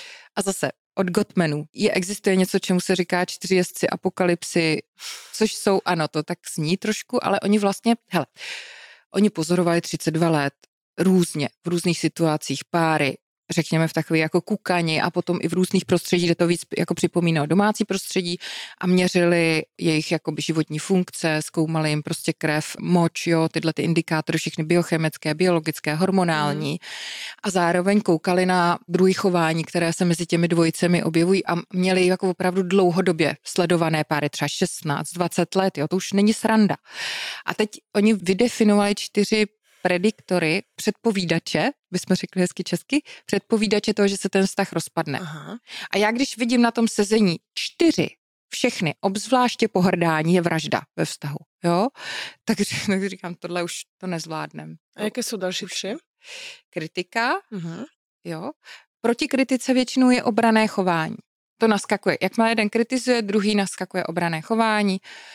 a zase od Gottmanů je, existuje něco, čemu se říká čtyři jezdci apokalypsy, což jsou, ano, to tak zní trošku, ale oni vlastně, hele, oni pozorovali třicet dva let různě, v různých situacích páry, řekněme v takové jako kukani a potom i v různých prostředí, kde to víc jako připomínalo domácí prostředí, a měřili jejich jakoby životní funkce, zkoumali jim prostě krev, moč, jo, tyhle ty indikátory, všechny biochemické, biologické, hormonální, mm. a zároveň koukali na druhý chování, které se mezi těmi dvojicemi objevují, a měli jako opravdu dlouhodobě sledované páry, třeba šestnáct dvacet let, jo, to už není sranda. A teď oni vydefinovali čtyři prediktory, předpovídače, bychom řekli hezky česky, předpovídače toho, že se ten vztah rozpadne. Aha. A já když vidím na tom sezení čtyři, všechny, obzvláště pohrdání, je vražda ve vztahu, jo, tak, tak říkám, tohle už to nezvládnem.
A jaké jsou další tři?
Kritika, uh-huh. jo, proti kritice většinou je obranné chování. To naskakuje, jakmile jeden kritizuje, druhý naskakuje obranné chování,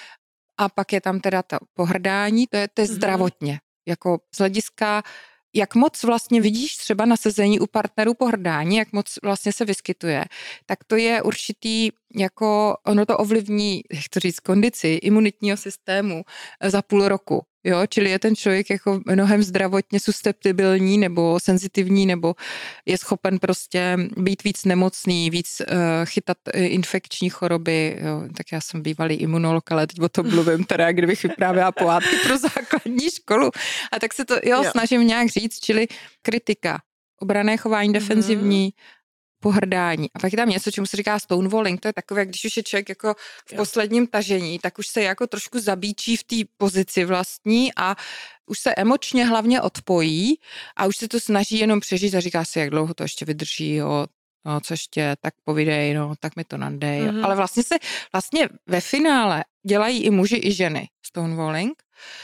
a pak je tam teda to pohrdání, to je, to je uh-huh. zdravotně. Jako z hlediska, jak moc vlastně vidíš třeba na sezení u partnerů pohrdání, jak moc vlastně se vyskytuje, tak to je určitý, jako ono to ovlivní, jak to říct, kondici imunitního systému za půl roku. Jo, čili je ten člověk jako mnohem zdravotně susceptibilní nebo senzitivní, nebo je schopen prostě být víc nemocný, víc uh, chytat infekční choroby. Jo. Tak já jsem bývalý imunolog, ale teď o tom mluvím teda, kdybych vyprávěla pohádky pro základní školu. A tak se to jo, jo. snažím nějak říct, čili kritika, obranné chování defenzivní, mm. pohrdání. A pak je tam něco, čemu se říká stonewalling, to je takové, když už je člověk jako v jo. posledním tažení, tak už se jako trošku zabíčí v té pozici vlastní a už se emočně hlavně odpojí a už se to snaží jenom přežít a říká si, jak dlouho to ještě vydrží, jo, no, co ještě, tak povidej, no, tak mi to nadej. Mm-hmm. Ale vlastně se, vlastně ve finále dělají i muži, i ženy stonewalling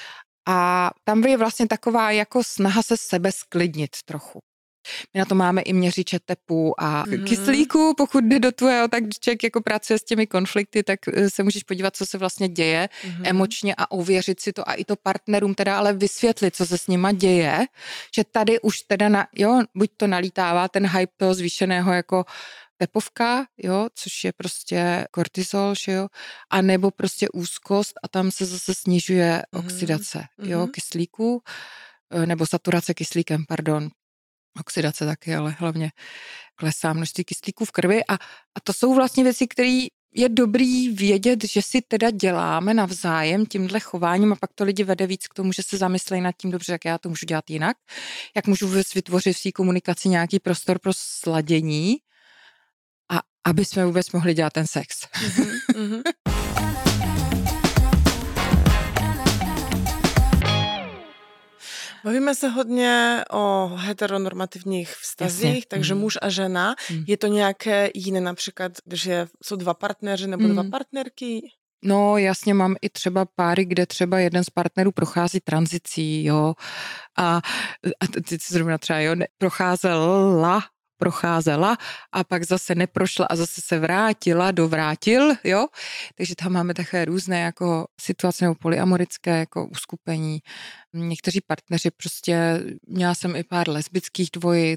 a tam je vlastně taková jako snaha se sebe sklidnit trochu. My na to máme i měřiče tepu a mm-hmm. kyslíku, pokud jde do tvého, tak člověk jako pracuje s těmi konflikty, tak se můžeš podívat, co se vlastně děje mm-hmm. emočně a ověřit si to a i to partnerům teda ale vysvětlit, co se s nima děje, že tady už teda na, jo, buď to nalítává ten hype toho zvýšeného jako tepovka, jo, což je prostě kortizol, že jo, a nebo prostě úzkost a tam se zase snižuje mm-hmm. oxidace, jo, kyslíku, nebo saturace kyslíkem, pardon. Oxidace taky, ale hlavně, klesá množství kyslíku v krvi a, a to jsou vlastně věci, které je dobrý vědět, že si teda děláme navzájem tímhle chováním a pak to lidi vede víc k tomu, že se zamyslejí nad tím, dobře, jak já to můžu dělat jinak, jak můžu vůbec vytvořit v té komunikaci nějaký prostor pro sladění a aby jsme vůbec mohli dělat ten sex. Mm-hmm.
Bavíme se hodně o heteronormativních vztazích, Jasně. takže mm. muž a žena. Mm. Je to nějaké jiné, například, že jsou dva partneři nebo mm. dva partnerky?
No jasně, mám i třeba páry, kde třeba jeden z partnerů prochází tranzicí, jo. A, a teď zrovna třeba, jo, procházela procházela a pak zase neprošla a zase se vrátila, dovrátil, jo. Takže tam máme takové různé jako situace nebo polyamorické jako uskupení. Někteří partneři prostě, měla jsem i pár lesbických dvojic.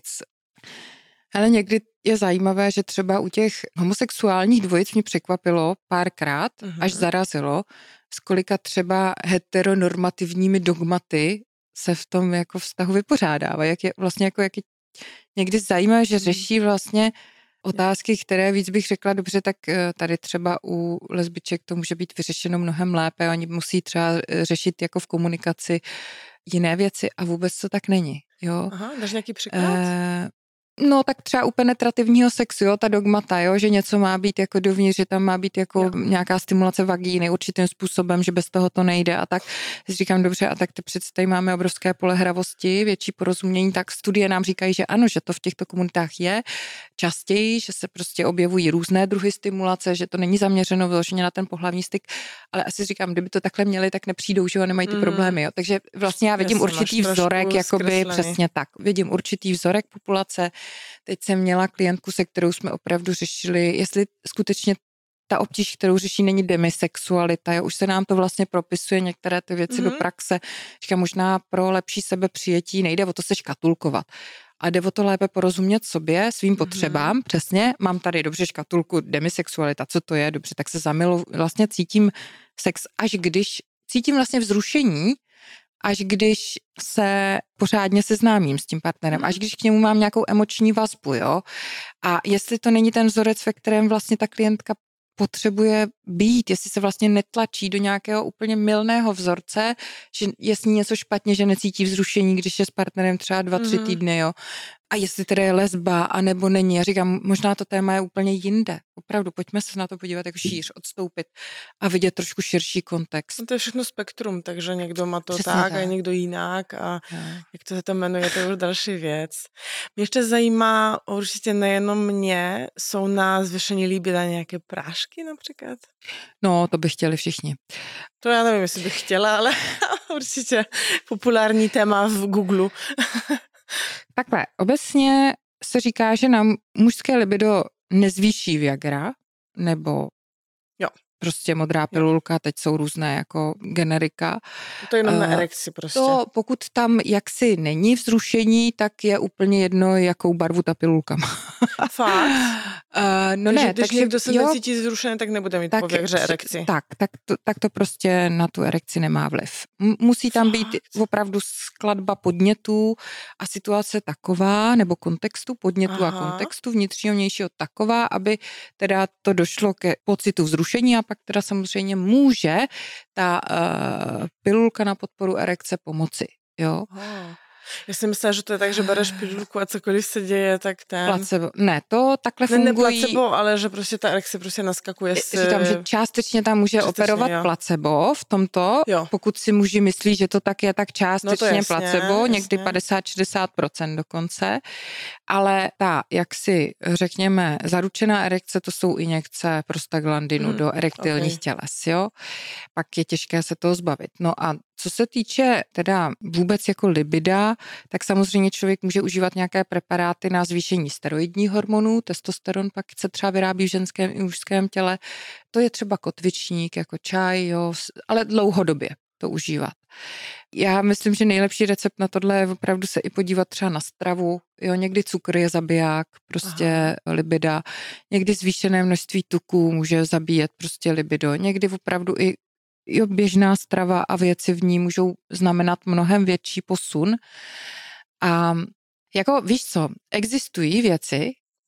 Ale někdy je zajímavé, že třeba u těch homosexuálních dvojic mě překvapilo párkrát, uh-huh. až zarazilo, s kolika třeba heteronormativními dogmaty se v tom jako vztahu vypořádává. Jak je vlastně jako, jak je někdy zajímavé, že řeší vlastně otázky, které víc bych řekla, dobře, tak tady třeba u lesbiček to může být vyřešeno mnohem lépe, oni musí třeba řešit jako v komunikaci jiné věci a vůbec to tak není, jo.
Aha, dáš nějaký příklad? E-
No tak třeba u penetrativního sexu, jo, ta dogmata, jo, že něco má být jako dovnitř, že tam má být jako jo. nějaká stimulace vagíny určitým způsobem, že bez toho to nejde a tak. Si říkám, dobře, a tak ty přece tady máme obrovské pole hravosti, větší porozumění, tak studie nám říkají, že ano, že to v těchto komunitách je častěji, že se prostě objevují různé druhy stimulace, že to není zaměřeno vyloženě na ten pohlavní styk, ale asi říkám, kdyby to takhle měli, tak nepřijdou, že jo, nemají ty mm. problémy, jo. Takže vlastně já vidím Jasně, určitý vzorek, jakoby přesně tak. Vidím určitý vzorek populace. Teď jsem měla klientku, se kterou jsme opravdu řešili, jestli skutečně ta obtíž, kterou řeší, není demisexualita. Jo? Už se nám to vlastně propisuje některé ty věci mm-hmm. do praxe. Říkám, možná pro lepší sebepřijetí nejde o to se škatulkovat. A jde o to lépe porozumět sobě, svým potřebám. Mm-hmm. Přesně, mám tady dobře škatulku demisexualita, co to je? Dobře, tak se zamilu, vlastně cítím sex, až když cítím vlastně vzrušení, až když se pořádně seznámím s tím partnerem, až když k němu mám nějakou emoční vazbu, jo. A jestli to není ten vzorec, ve kterém vlastně ta klientka potřebuje být, jestli se vlastně netlačí do nějakého úplně mylného vzorce, že je s ní něco špatně, že necítí vzrušení, když je s partnerem třeba dva, tři mm. týdny, jo. A jestli teda je lesba, anebo není. Já říkám, možná to téma je úplně jinde. Opravdu, pojďme se na to podívat jako šíř, odstoupit a vidět trošku širší kontext.
No to je všechno spektrum, takže někdo má to Přesně tak, tak a někdo jinak a no. jak to se to jmenuje, to je už další věc. Mě ještě zajímá, určitě nejenom mě, jsou na zvyšení líbida nějaké prášky například?
No, to by chtěli všichni.
To já nevím, jestli bych chtěla, ale určitě populární téma v Google.
Takhle, obecně se říká, že nám mužské libido nezvýší Viagra, nebo
jo.
prostě modrá pilulka, teď jsou různé jako generika.
To je jenom na erekci prostě.
To pokud tam jaksi není vzrušení, tak je úplně jedno, jakou barvu ta pilulka má.
Fakt?
Uh, no takže, ne,
když
takže,
někdo se
jo,
necítí vzrušený, tak nebude mít po Viagře erekci.
Tak, tak to, tak to prostě na tu erekci nemá vliv. Musí tam Fakt? být opravdu skladba podnětů a situace taková, nebo kontextu, podnětu Aha. a kontextu vnitřního vnějšího taková, aby teda to došlo ke pocitu vzrušení a pak teda samozřejmě může ta uh, pilulka na podporu erekce pomoci, jo.
Aha. Já si myslela, že to je tak, že bereš pilulku a cokoliv se děje, tak ten...
Placebo. Ne, to takhle
ne,
fungují...
Ne placebo, ale že prostě ta erekce prostě naskakuje s...
Říkám, že částečně tam může částečně, operovat jo. placebo v tomto,
jo.
pokud si muži myslí, že to tak je, tak částečně no jasně, placebo, jasně. někdy padesát až šedesát procent dokonce, ale ta, jak si řekněme, zaručená erekce, to jsou injekce prostaglandinu hmm. do erektilních okay. těles, jo. Pak je těžké se toho zbavit. No a co se týče teda vůbec jako libida, tak samozřejmě člověk může užívat nějaké preparáty na zvýšení steroidních hormonů, testosteron pak se třeba vyrábí v ženském i mužském těle, to je třeba kotvičník jako čaj, jo, ale dlouhodobě to užívat. Já myslím, že nejlepší recept na tohle je opravdu se i podívat třeba na stravu, jo, někdy cukr je zabiják, prostě Aha. libida, někdy zvýšené množství tuků může zabíjet prostě libido, někdy opravdu i jo, běžná strava a věci v ní můžou znamenat mnohem větší posun. A jako víš co, existují věci,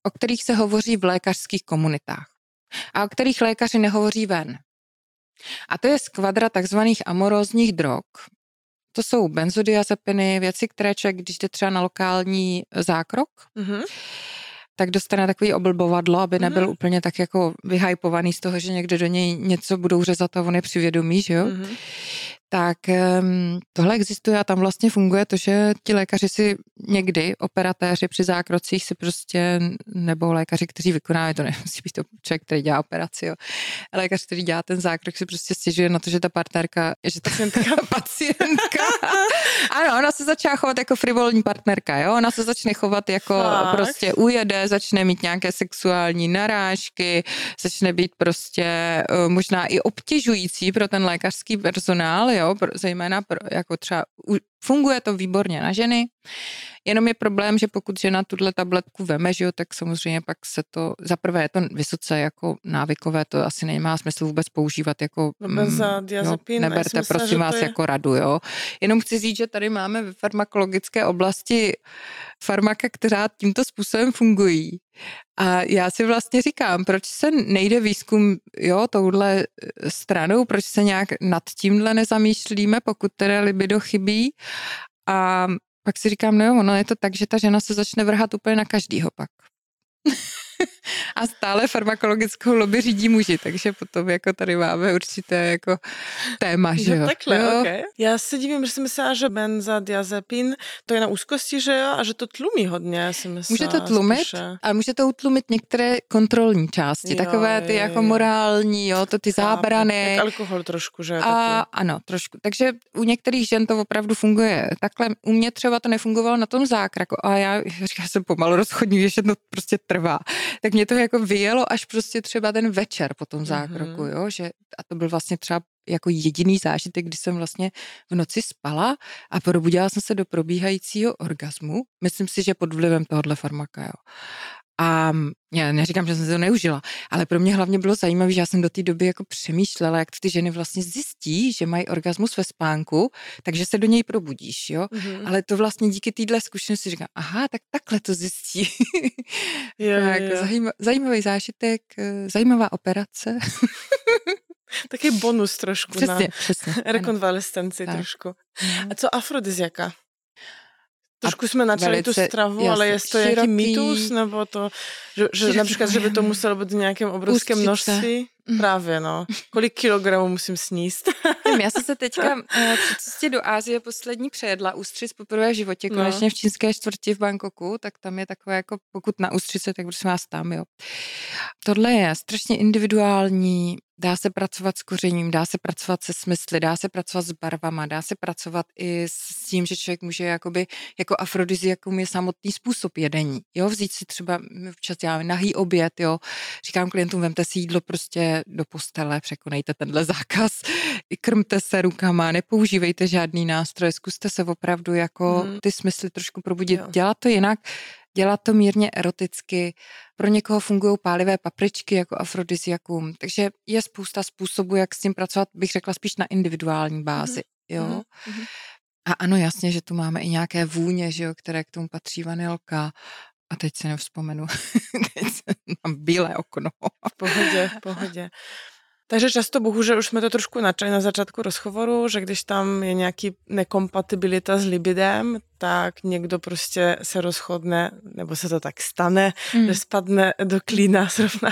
o kterých se hovoří v lékařských komunitách a o kterých lékaři nehovoří ven. A to je skvadra takzvaných amorózních drog. To jsou benzodiazepiny, věci, které člověk, když jde třeba na lokální zákrok, mm-hmm. tak dostane takový oblbovadlo, aby nebyl mm-hmm. úplně tak jako vyhypovaný z toho, že někde do něj něco budou řezat a on je přivědomí, že jo? Mm-hmm. Tak um, tohle existuje a tam vlastně funguje to, že ti lékaři si někdy, operatéři při zákrocích si prostě, nebo lékaři, kteří vykonávají, to nemusí být to člověk, který dělá operaci, jo. Lékař, který dělá ten zákrok, si prostě stěžuje na to, že ta partnerka, že ta pacientka, ano, ona se začala chovat jako frivolní partnerka, jo, ona se začne chovat jako Fakt? prostě ujede, začne mít nějaké sexuální narážky, začne být prostě uh, možná i obtěžující pro ten lékařský personál, jo, zejména pro, jako třeba funguje to výborně na ženy, jenom je problém, že pokud žena tuhle tabletku veme, že jo, tak samozřejmě pak se to, zaprvé je to vysoce jako návykové, to asi nemá smysl vůbec používat jako,
mm, jo,
neberte
myslela,
prosím vás
je...
jako radu, jo. Jenom chci říct, že tady máme ve farmakologické oblasti farmaka, která tímto způsobem fungují. A já si vlastně říkám, proč se nejde výzkum, jo, touhle stranou, proč se nějak nad tímhle nezamýšlíme, pokud teda libido chybí. A pak si říkám, no jo, ono je to tak, že ta žena se začne vrhat úplně na každýho pak. A stále farmakologickou lobby řídí muži, takže potom jako tady máme určité jako téma, že jo.
Takhle, jo? Okay. Já se divím, že si myslela, že benzodiazepin to je na úzkosti, že jo, a že to tlumí hodně, já si myslela.
Může to tlumit,
spíše.
ale může to utlumit některé kontrolní části, jo, takové ty je, jako morální, jo, to ty Chápu. zábrany.
Tak alkohol trošku, že?
A
taky.
ano, trošku. Takže u některých žen to opravdu funguje. Takhle u mě třeba to nefungovalo na tom zákraku a já, já jsem pomalu rozchodní, že to prostě trvá. Tak mě to jako vyjelo až prostě třeba ten večer po tom zákroku, mm-hmm. jo, že a to byl vlastně třeba jako jediný zážitek, kdy jsem vlastně v noci spala a probudila jsem se do probíhajícího orgasmu. Myslím si, že pod vlivem tohohle farmaka, jo. A já neříkám, že jsem se to neužila, ale pro mě hlavně bylo zajímavé, že já jsem do té doby jako přemýšlela, jak ty ženy vlastně zjistí, že mají orgasmus ve spánku, takže se do něj probudíš, jo. Mm-hmm. Ale to vlastně díky téhle zkušenosti říkám, aha, tak takhle to zjistí.
Jo,
tak,
jo.
Zajíma, zajímavý zážitek, zajímavá operace.
Taký bonus trošku
přesně,
na
přesně,
rekonvalescenci trošku. A co afrodiziaka? Trošku jsme načali tu stravu, jasný, ale je to
široký,
nějaký mýtus, nebo to, že, že například, že by to muselo být v nějakém obrovském množství? Právě, no. Kolik kilogramů musím sníst?
Já jsem se teďka uh, při cestě do Asie poslední přejedla ústřic poprvé v životě, konečně no. v čínské čtvrti v Bangkoku, tak tam je takové jako, pokud na ústřice, tak prosím vás tam, jo. Tohle je strašně individuální, dá se pracovat s kořením, dá se pracovat se smysly, dá se pracovat s barvama, dá se pracovat i s tím, že člověk může jakoby, jako afrodiziakum je samotný způsob jedení, jo, vzít si třeba, my včas děláme nahý oběd, jo, říkám klientům, vemte si jídlo prostě do postele, překonejte tenhle zákaz, krmte se rukama, nepoužívejte žádný nástroj, zkuste se opravdu jako hmm. ty smysly trošku probudit, jo. dělat to jinak, dělat to mírně eroticky, pro někoho fungují pálivé papričky jako afrodiziakum, takže je spousta způsobů, jak s tím pracovat, bych řekla spíš na individuální bázi, jo. Hmm. A ano, jasně, že tu máme i nějaké vůně, že jo, které k tomu patří, vanilka. A teď se nevzpomenu. Teď mám bílé okno.
V pohodě, v pohodě. Takže často, bohužel, už jsme to trošku načali na začátku rozhovoru, že když tam je nějaký nekompatibilita s libidem, tak někdo prostě se rozchodne, nebo se to tak stane, mm. že spadne do klína zrovna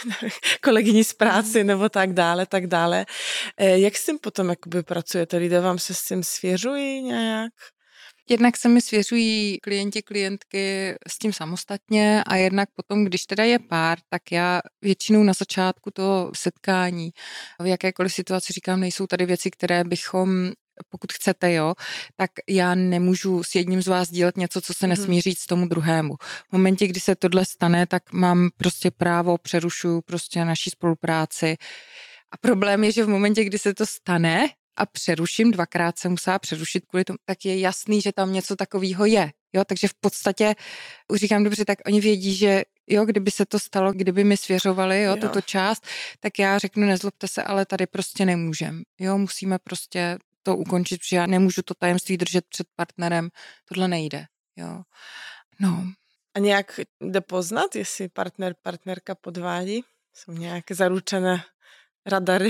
kolegyni z práci, nebo tak dále, tak dále. Jak s tím potom jakoby pracujete? Lidé vám se s tím svěřují nějak?
Jednak se mi svěřují klienti, klientky s tím samostatně a jednak potom, když teda je pár, tak já většinou na začátku toho setkání v jakékoliv situaci říkám, nejsou tady věci, které bychom, pokud chcete, jo, tak já nemůžu s jedním z vás dílet něco, co se nesmí říct tomu druhému. V momentě, kdy se tohle stane, tak mám prostě právo, přerušuju prostě naší spolupráci. A problém je, že v momentě, kdy se to stane, a přeruším, dvakrát jsem musela přerušit kvůli tomu, tak je jasný, že tam něco takového je. Jo, takže v podstatě už říkám dobře, tak oni vědí, že jo, kdyby se to stalo, kdyby mi svěřovali, jo, jo. tuto část, tak já řeknu, nezlobte se, ale tady prostě nemůžem. Jo, musíme prostě to ukončit, protože já nemůžu to tajemství držet před partnerem, tohle nejde, jo. No.
A nějak jde poznat, jestli partner, partnerka podvádí? Jsou nějaké zaručené radary?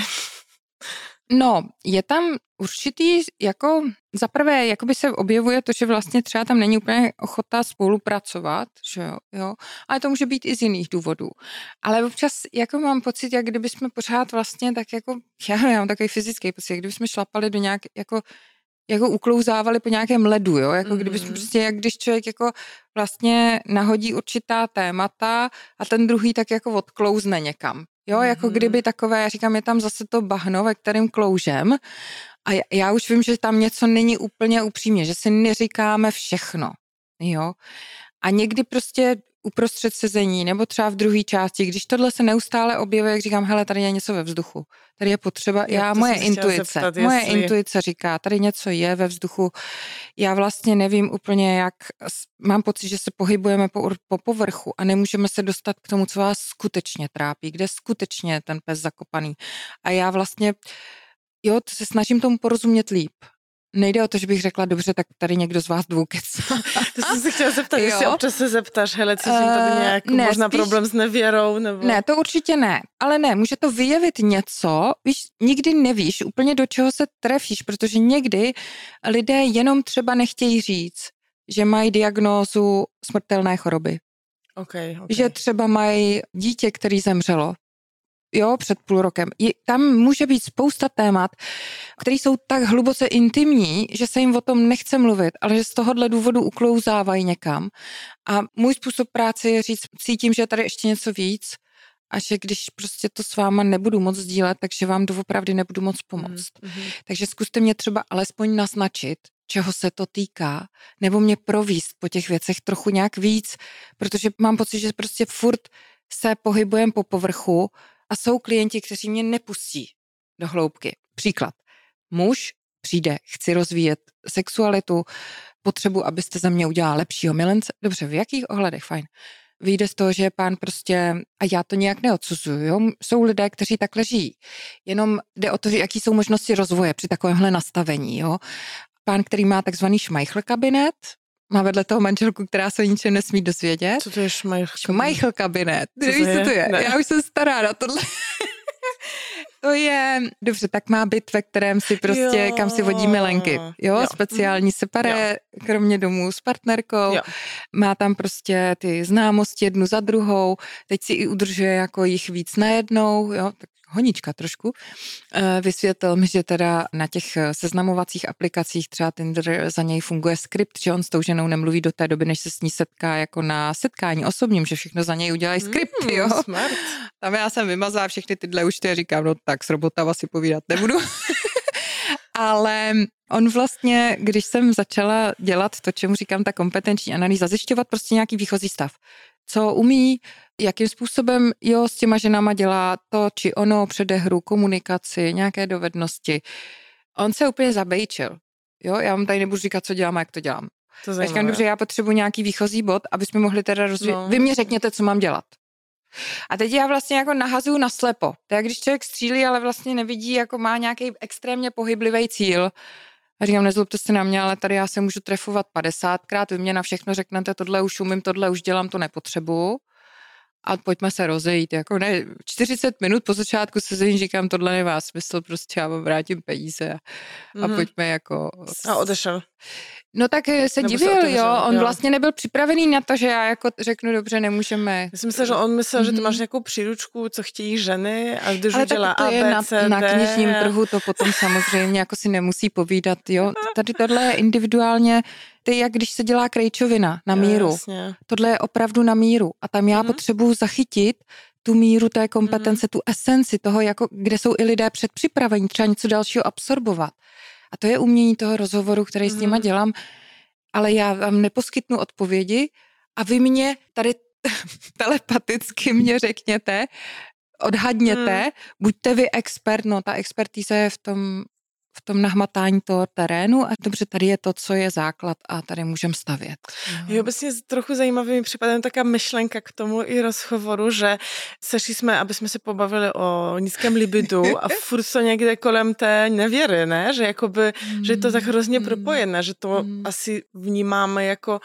No, je tam určitý, jako za prvé, jakoby se objevuje to, že vlastně třeba tam není úplně ochota spolupracovat, že jo, jo, ale to může být i z jiných důvodů. Ale občas, jako mám pocit, jak kdyby jsme pořád vlastně tak jako, já mám takový fyzický pocit, jak kdyby jsme šlapali do nějak, jako jako uklouzávali po nějakém ledu, jo, jako mm-hmm. kdyby jsme prostě, jak když člověk jako vlastně nahodí určitá témata a ten druhý tak jako odklouzne někam. Jo, mm-hmm. jako kdyby takové, já říkám, je tam zase to bahno, ve kterém kloužem a já, já už vím, že tam něco není úplně upřímně, že si neříkáme všechno, jo. A někdy prostě uprostřed sezení nebo třeba v druhé části, když tohle se neustále objevuje, jak říkám, hele, tady je něco ve vzduchu, tady je potřeba, já, já moje intuice, zeptat, moje jestli... intuice říká, tady něco je ve vzduchu, já vlastně nevím úplně, jak, mám pocit, že se pohybujeme po, po povrchu a nemůžeme se dostat k tomu, co vás skutečně trápí, kde skutečně je ten pes zakopaný. A já vlastně, jo, to se snažím tomu porozumět líp. Nejde o to, že bych řekla, dobře, tak tady někdo z vás dvou kecá.
To jsem se chtěla zeptat, jo? Jestli občas se zeptáš, hele, cítím tady nějak uh, ne, možná spíš, problém s nevěrou, nebo...
Ne, to určitě ne, ale ne, může to vyjevit něco, víš, nikdy nevíš úplně do čeho se trefíš, protože někdy lidé jenom třeba nechtějí říct, že mají diagnózu smrtelné choroby.
Okay, okay.
Že třeba mají dítě, který zemřelo. Jo, před půl rokem. Je, tam může být spousta témat, které jsou tak hluboce intimní, že se jim o tom nechce mluvit, ale že z tohohle důvodu uklouzávají někam. A můj způsob práce je říct, cítím, že je tady ještě něco víc a že když prostě to s váma nebudu moc sdílet, takže vám doopravdy nebudu moc pomoct. Mm-hmm. Takže zkuste mě třeba alespoň naznačit, čeho se to týká, nebo mě províst po těch věcech trochu nějak víc, protože mám pocit, že prostě furt se pohybujeme po povrchu. A jsou klienti, kteří mě nepustí do hloubky. Příklad. Muž přijde, chci rozvíjet sexualitu, potřebu, abyste ze mě udělala lepšího milence. Dobře, v jakých ohledech? Fajn. Vyjde z toho, že je pán prostě, a já to nějak neodsuzuju, jo? Jsou lidé, kteří takhle žijí. Jenom jde o to, že jaký jsou možnosti rozvoje při takovémhle nastavení, jo? Pán, který má takzvaný šmajchl kabinet, má vedle toho manželku, která se o ničem nesmí dozvědět.
Co to je šmajchl?
Šmajchl kabinet. Co to je? Co to je? Já už jsem stará na tohle. To je, dobře, tak má byt, ve kterém si prostě, jo. kam si vodí milenky. Jo, jo. Speciální separé, jo. kromě domů s partnerkou. Jo. Má tam prostě ty známosti jednu za druhou. Teď si i udržuje jako jich víc najednou, jo, tak honička trošku. Vysvětlil mi, že teda na těch seznamovacích aplikacích třeba Tinder za něj funguje skript, že on s tou ženou nemluví do té doby, než se s ní setká jako na setkání osobním, že všechno za něj udělají skripty, mm, jo.
Smart.
Tam já jsem vymazala všechny tyhle účty a říkám, no tak s robotama si povídat nebudu. Ale on vlastně, když jsem začala dělat to, čemu říkám ta kompetenční analýza, zjišťovat prostě nějaký výchozí stav. Co umí, jakým způsobem jo, s těma ženama dělá to, či ono, předehru, komunikaci, nějaké dovednosti. On se úplně zabejčil. Jo, já vám tady nebudu říkat, co dělám a jak to dělám.
To
já říkám, dobře, já potřebuji nějaký výchozí bod, aby jsme mohli teda rozvíjet. No. Vy mě řekněte, co mám dělat. A teď já vlastně jako nahazuju na slepo. To je, když člověk střílí, ale vlastně nevidí, jako má nějaký extrémně pohyblivý cíl. A říkám, nezlobte se na mě, ale tady já se můžu trefovat padesátkrát, vy mě na všechno řeknete, tohle už umím, tohle už dělám, to nepotřebuju. A pojďme se rozejít. Jako ne, čtyřicet minut po začátku sezení říkám, tohle nemá smysl, prostě já vám vrátím peníze a, mm-hmm. a pojďme jako...
A odešel.
No tak se Nebo divil, se jo, on jo. vlastně nebyl připravený na to, že já jako řeknu, dobře, nemůžeme.
Já si myslel, že on myslel, mm-hmm. že ty máš nějakou příručku, co chtějí ženy a když už dělá A, B, C, D.
Na, na knižním trhu to potom samozřejmě jako si nemusí povídat, jo. Tady tohle je individuálně, ty jak když se dělá krejčovina na míru. Jo, tohle je opravdu na míru a tam já mm-hmm. potřebuju zachytit tu míru té kompetence, mm-hmm. tu esenci toho, jako kde jsou i lidé předpřipravení, třeba něco dalšího absorbovat. A to je umění toho rozhovoru, který mm. s nima dělám, ale já vám neposkytnu odpovědi a vy mě tady telepaticky mě řekněte, odhadněte, mm. buďte vy expert, no ta expertíza je v tom v tom nahmatání toho terénu a dobře, tady je to, co je základ a tady můžeme stavět.
Jo, obecně trochu zajímavý mi připadá taká myšlenka k tomu i rozhovoru, že sešli jsme, aby jsme se pobavili o nízkém libidu a furt to někde kolem té nevěry, ne? Že, jakoby, mm. že je to tak hrozně propojené, že to mm. asi vnímáme jako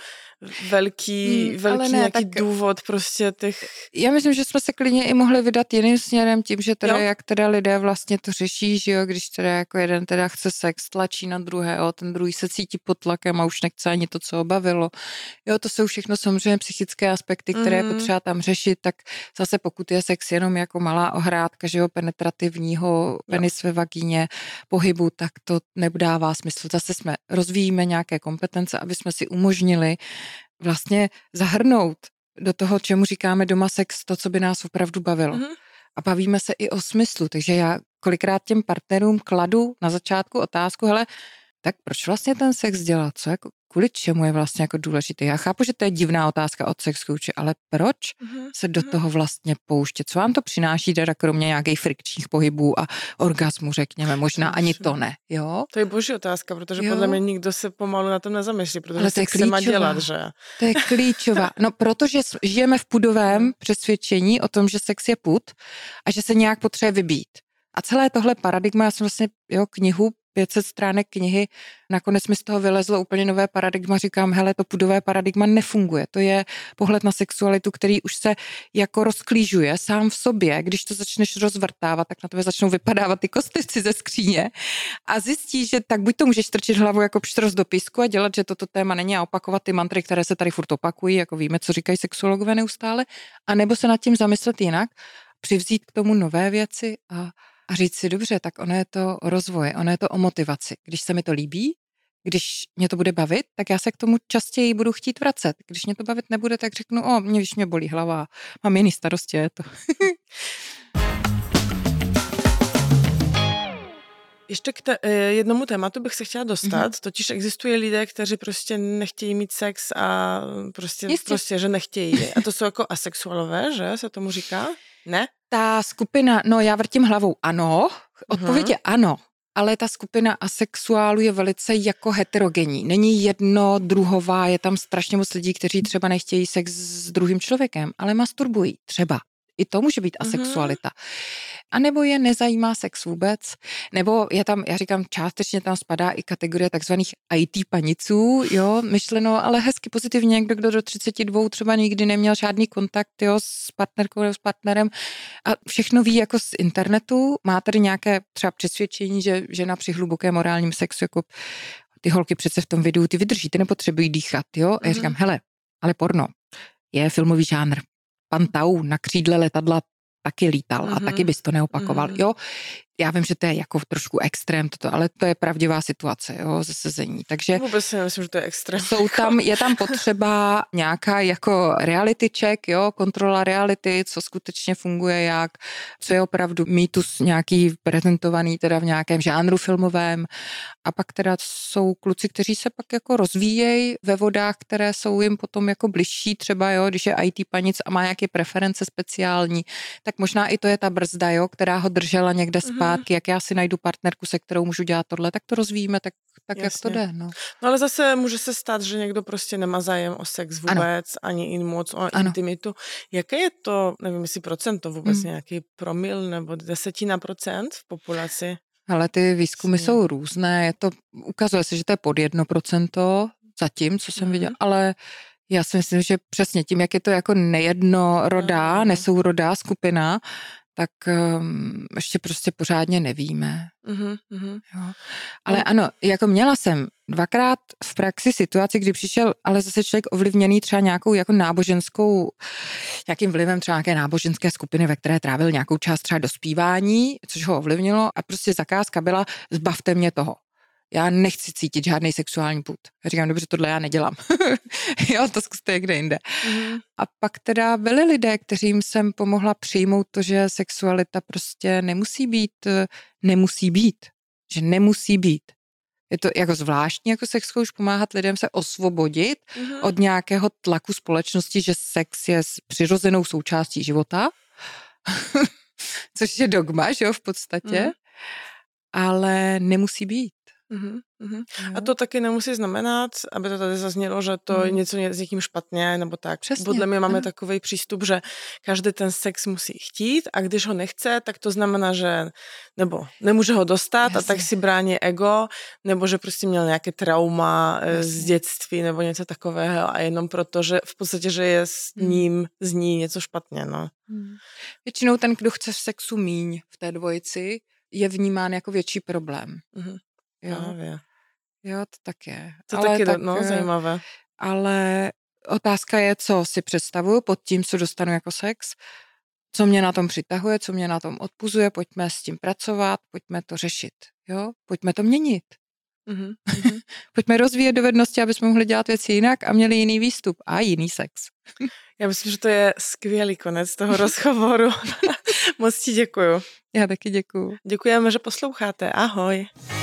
velký, mm, velký ne, nějaký tak... důvod prostě těch...
Já myslím, že jsme se klidně i mohli vydat jiným směrem tím, že teda jo. jak teda lidé vlastně to řeší, že jo, když teda jako jeden teda chce sex, tlačí na druhého, ten druhý se cítí pod tlakem a už nechce ani to, co ho bavilo. Jo, to jsou všechno samozřejmě psychické aspekty, které mm. je potřeba tam řešit, tak zase pokud je sex jenom jako malá ohrádka, že jo, penetrativního penis ve vagíně, pohybu, tak to nedává smysl. Zase jsme rozvíjíme nějaké kompetence, aby jsme si umožnili vlastně zahrnout do toho, čemu říkáme doma sex, to, co by nás opravdu bavilo. Mm. A bavíme se i o smyslu, takže já kolikrát těm partnerům kladu na začátku otázku, hele, tak proč vlastně ten sex dělat? Co jako, kvůli čemu je vlastně jako důležitý? Já chápu, že to je divná otázka od sex coache, ale proč mm-hmm. se do toho vlastně pouštět? Co vám to přináší teda kromě nějakých frikčních pohybů a orgasmu, řekněme? Možná ani to ne, jo?
To je boží otázka, protože jo? podle mě nikdo se pomalu na tom nezamýšlí, protože
ale to
sex se má dělat, že?
To je klíčová. No, protože žijeme v pudovém přesvědčení o tom, že sex je pud a že se nějak potřebuje vybít. A celé tohle paradigma, já jsem vlastně jo, knihu pět set stránek knihy, nakonec mi z toho vylezlo úplně nové paradigma, říkám, hele, to pudové paradigma nefunguje, to je pohled na sexualitu, který už se jako rozklížuje sám v sobě, když to začneš rozvrtávat, tak na tebe začnou vypadávat ty kostečci ze skříně a zjistíš, že tak buď to můžeš strčit hlavu jako pštros do písku a dělat, že toto téma není a opakovat ty mantry, které se tady furt opakují, jako víme, co říkají sexuologové neustále, anebo se nad tím zamyslet jinak, přivzít k tomu nové věci a A říct si, dobře, tak ono je to o rozvoji, ono je to o motivaci. Když se mi to líbí, když mě to bude bavit, tak já se k tomu častěji budu chtít vracet. Když mě to bavit nebude, tak řeknu, o, mě, když mě bolí hlava, mám jiný starosti, je to.
Ještě k te- jednomu tématu bych se chtěla dostat, mm-hmm. totiž existují lidé, kteří prostě nechtějí mít sex a prostě, prostě že nechtějí. A to jsou jako asexuálové, že se tomu říká? Ne?
Ta skupina, no já vrtím hlavou ano, odpověď uh-huh. je ano, ale ta skupina asexuálů je velice jako heterogenní. Není jedno druhová, je tam strašně moc lidí, kteří třeba nechtějí sex s druhým člověkem, ale masturbují třeba. I to může být asexualita. A nebo je nezajímá sex vůbec, nebo je tam, já říkám, částečně tam spadá i kategorie takzvaných í té paniců, jo, myšleno, ale hezky pozitivně, někdo, kdo do třicet dva třeba nikdy neměl žádný kontakt, jo, s partnerkou nebo s partnerem a všechno ví jako z internetu, má tady nějaké třeba přesvědčení, že žena při hlubokém morálním sexu, jako ty holky přece v tom videu, ty vydrží, ty nepotřebují dýchat, jo, a já říkám, hele, ale porno je filmový žánr. Pan Tau na křídle letadla taky lítal mm-hmm. a taky bys to neopakoval, mm-hmm. jo. Já vím, že to je jako trošku extrém, toto, ale to je pravdivá situace, jo, ze sezení. Takže
vůbec si nemyslím, že to je extrém.
Jsou tam, je tam potřeba nějaká jako reality check, jo, kontrola reality, co skutečně funguje, jak, co je opravdu mýtus nějaký prezentovaný teda v nějakém žánru filmovém. A pak teda jsou kluci, kteří se pak jako rozvíjejí ve vodách, které jsou jim potom jako bližší, třeba jo, když je í té panic a má nějaké preference speciální, tak možná i to je ta brzda, jo, která ho držela někde zpátky, mm-hmm. jak já si najdu partnerku, se kterou můžu dělat tohle, tak to rozvíjíme, tak, tak jak to jde. No.
no ale zase může se stát, že někdo prostě nemá zájem o sex vůbec, ano. ani in moc o ano. intimitu. Jaké je to, nevím, jestli procento vůbec, mm. nějaký promil nebo desetina procent v populaci?
Ale ty výzkumy jsou různé, je to, ukazuje se, že to je pod jedno procento zatím, co jsem mm. viděla, ale já si myslím, že přesně tím, jak je to jako nejednorodá, mm. nesourodá skupina, tak um, ještě prostě pořádně nevíme. Mm-hmm. Jo. Ale ano, jako měla jsem dvakrát v praxi situaci, kdy přišel ale zase člověk ovlivněný třeba nějakou jako náboženskou, nějakým vlivem třeba nějaké náboženské skupiny, ve které trávil nějakou část třeba dospívání, což ho ovlivnilo a prostě zakázka byla, zbavte mě toho. Já nechci cítit žádný sexuální pud. Já říkám, dobře, tohle já nedělám. Jo, to zkuste někde jinde. Mm. A pak teda byli lidé, kterým jsem pomohla přijmout to, že sexualita prostě nemusí být, nemusí být. Že nemusí být. Je to jako zvláštní, jako sex coach pomáhat lidem se osvobodit mm. od nějakého tlaku společnosti, že sex je přirozenou součástí života. Což je dogma, že jo, v podstatě. Mm. ale nemusí být.
Uhum, uhum. A to taky nemusí znamenat, aby to tady zaznělo, že to je
Mm.
něco s někým špatně, nebo tak.
Přesně,
Podle mě máme
ano.
takový přístup, že každý ten sex musí chtít a když ho nechce, tak to znamená, že nebo nemůže ho dostat. Jasně. A tak si brání ego, nebo že prostě měl nějaké trauma Jasně. z dětství nebo něco takového a jenom proto, že v podstatě, že je s ním, z ní něco špatně. No.
Hmm. Většinou ten, kdo chce v sexu míň v té dvojici, je vnímán jako větší problém.
Mhm.
Jo.
Právě.
Jo, to tak je.
To
ale
taky
tak,
no, zajímavé.
Ale otázka je, co si představuju pod tím, co dostanu jako sex, co mě na tom přitahuje, co mě na tom odpuzuje, pojďme s tím pracovat, pojďme to řešit, jo, pojďme to měnit.
Mm-hmm. Mm-hmm.
Pojďme rozvíjet dovednosti, aby jsme mohli dělat věci jinak a měli jiný výstup a jiný sex.
Já myslím, že to je skvělý konec toho rozhovoru. Moc ti děkuju.
Já taky děkuju.
Děkujeme, že posloucháte. Ahoj.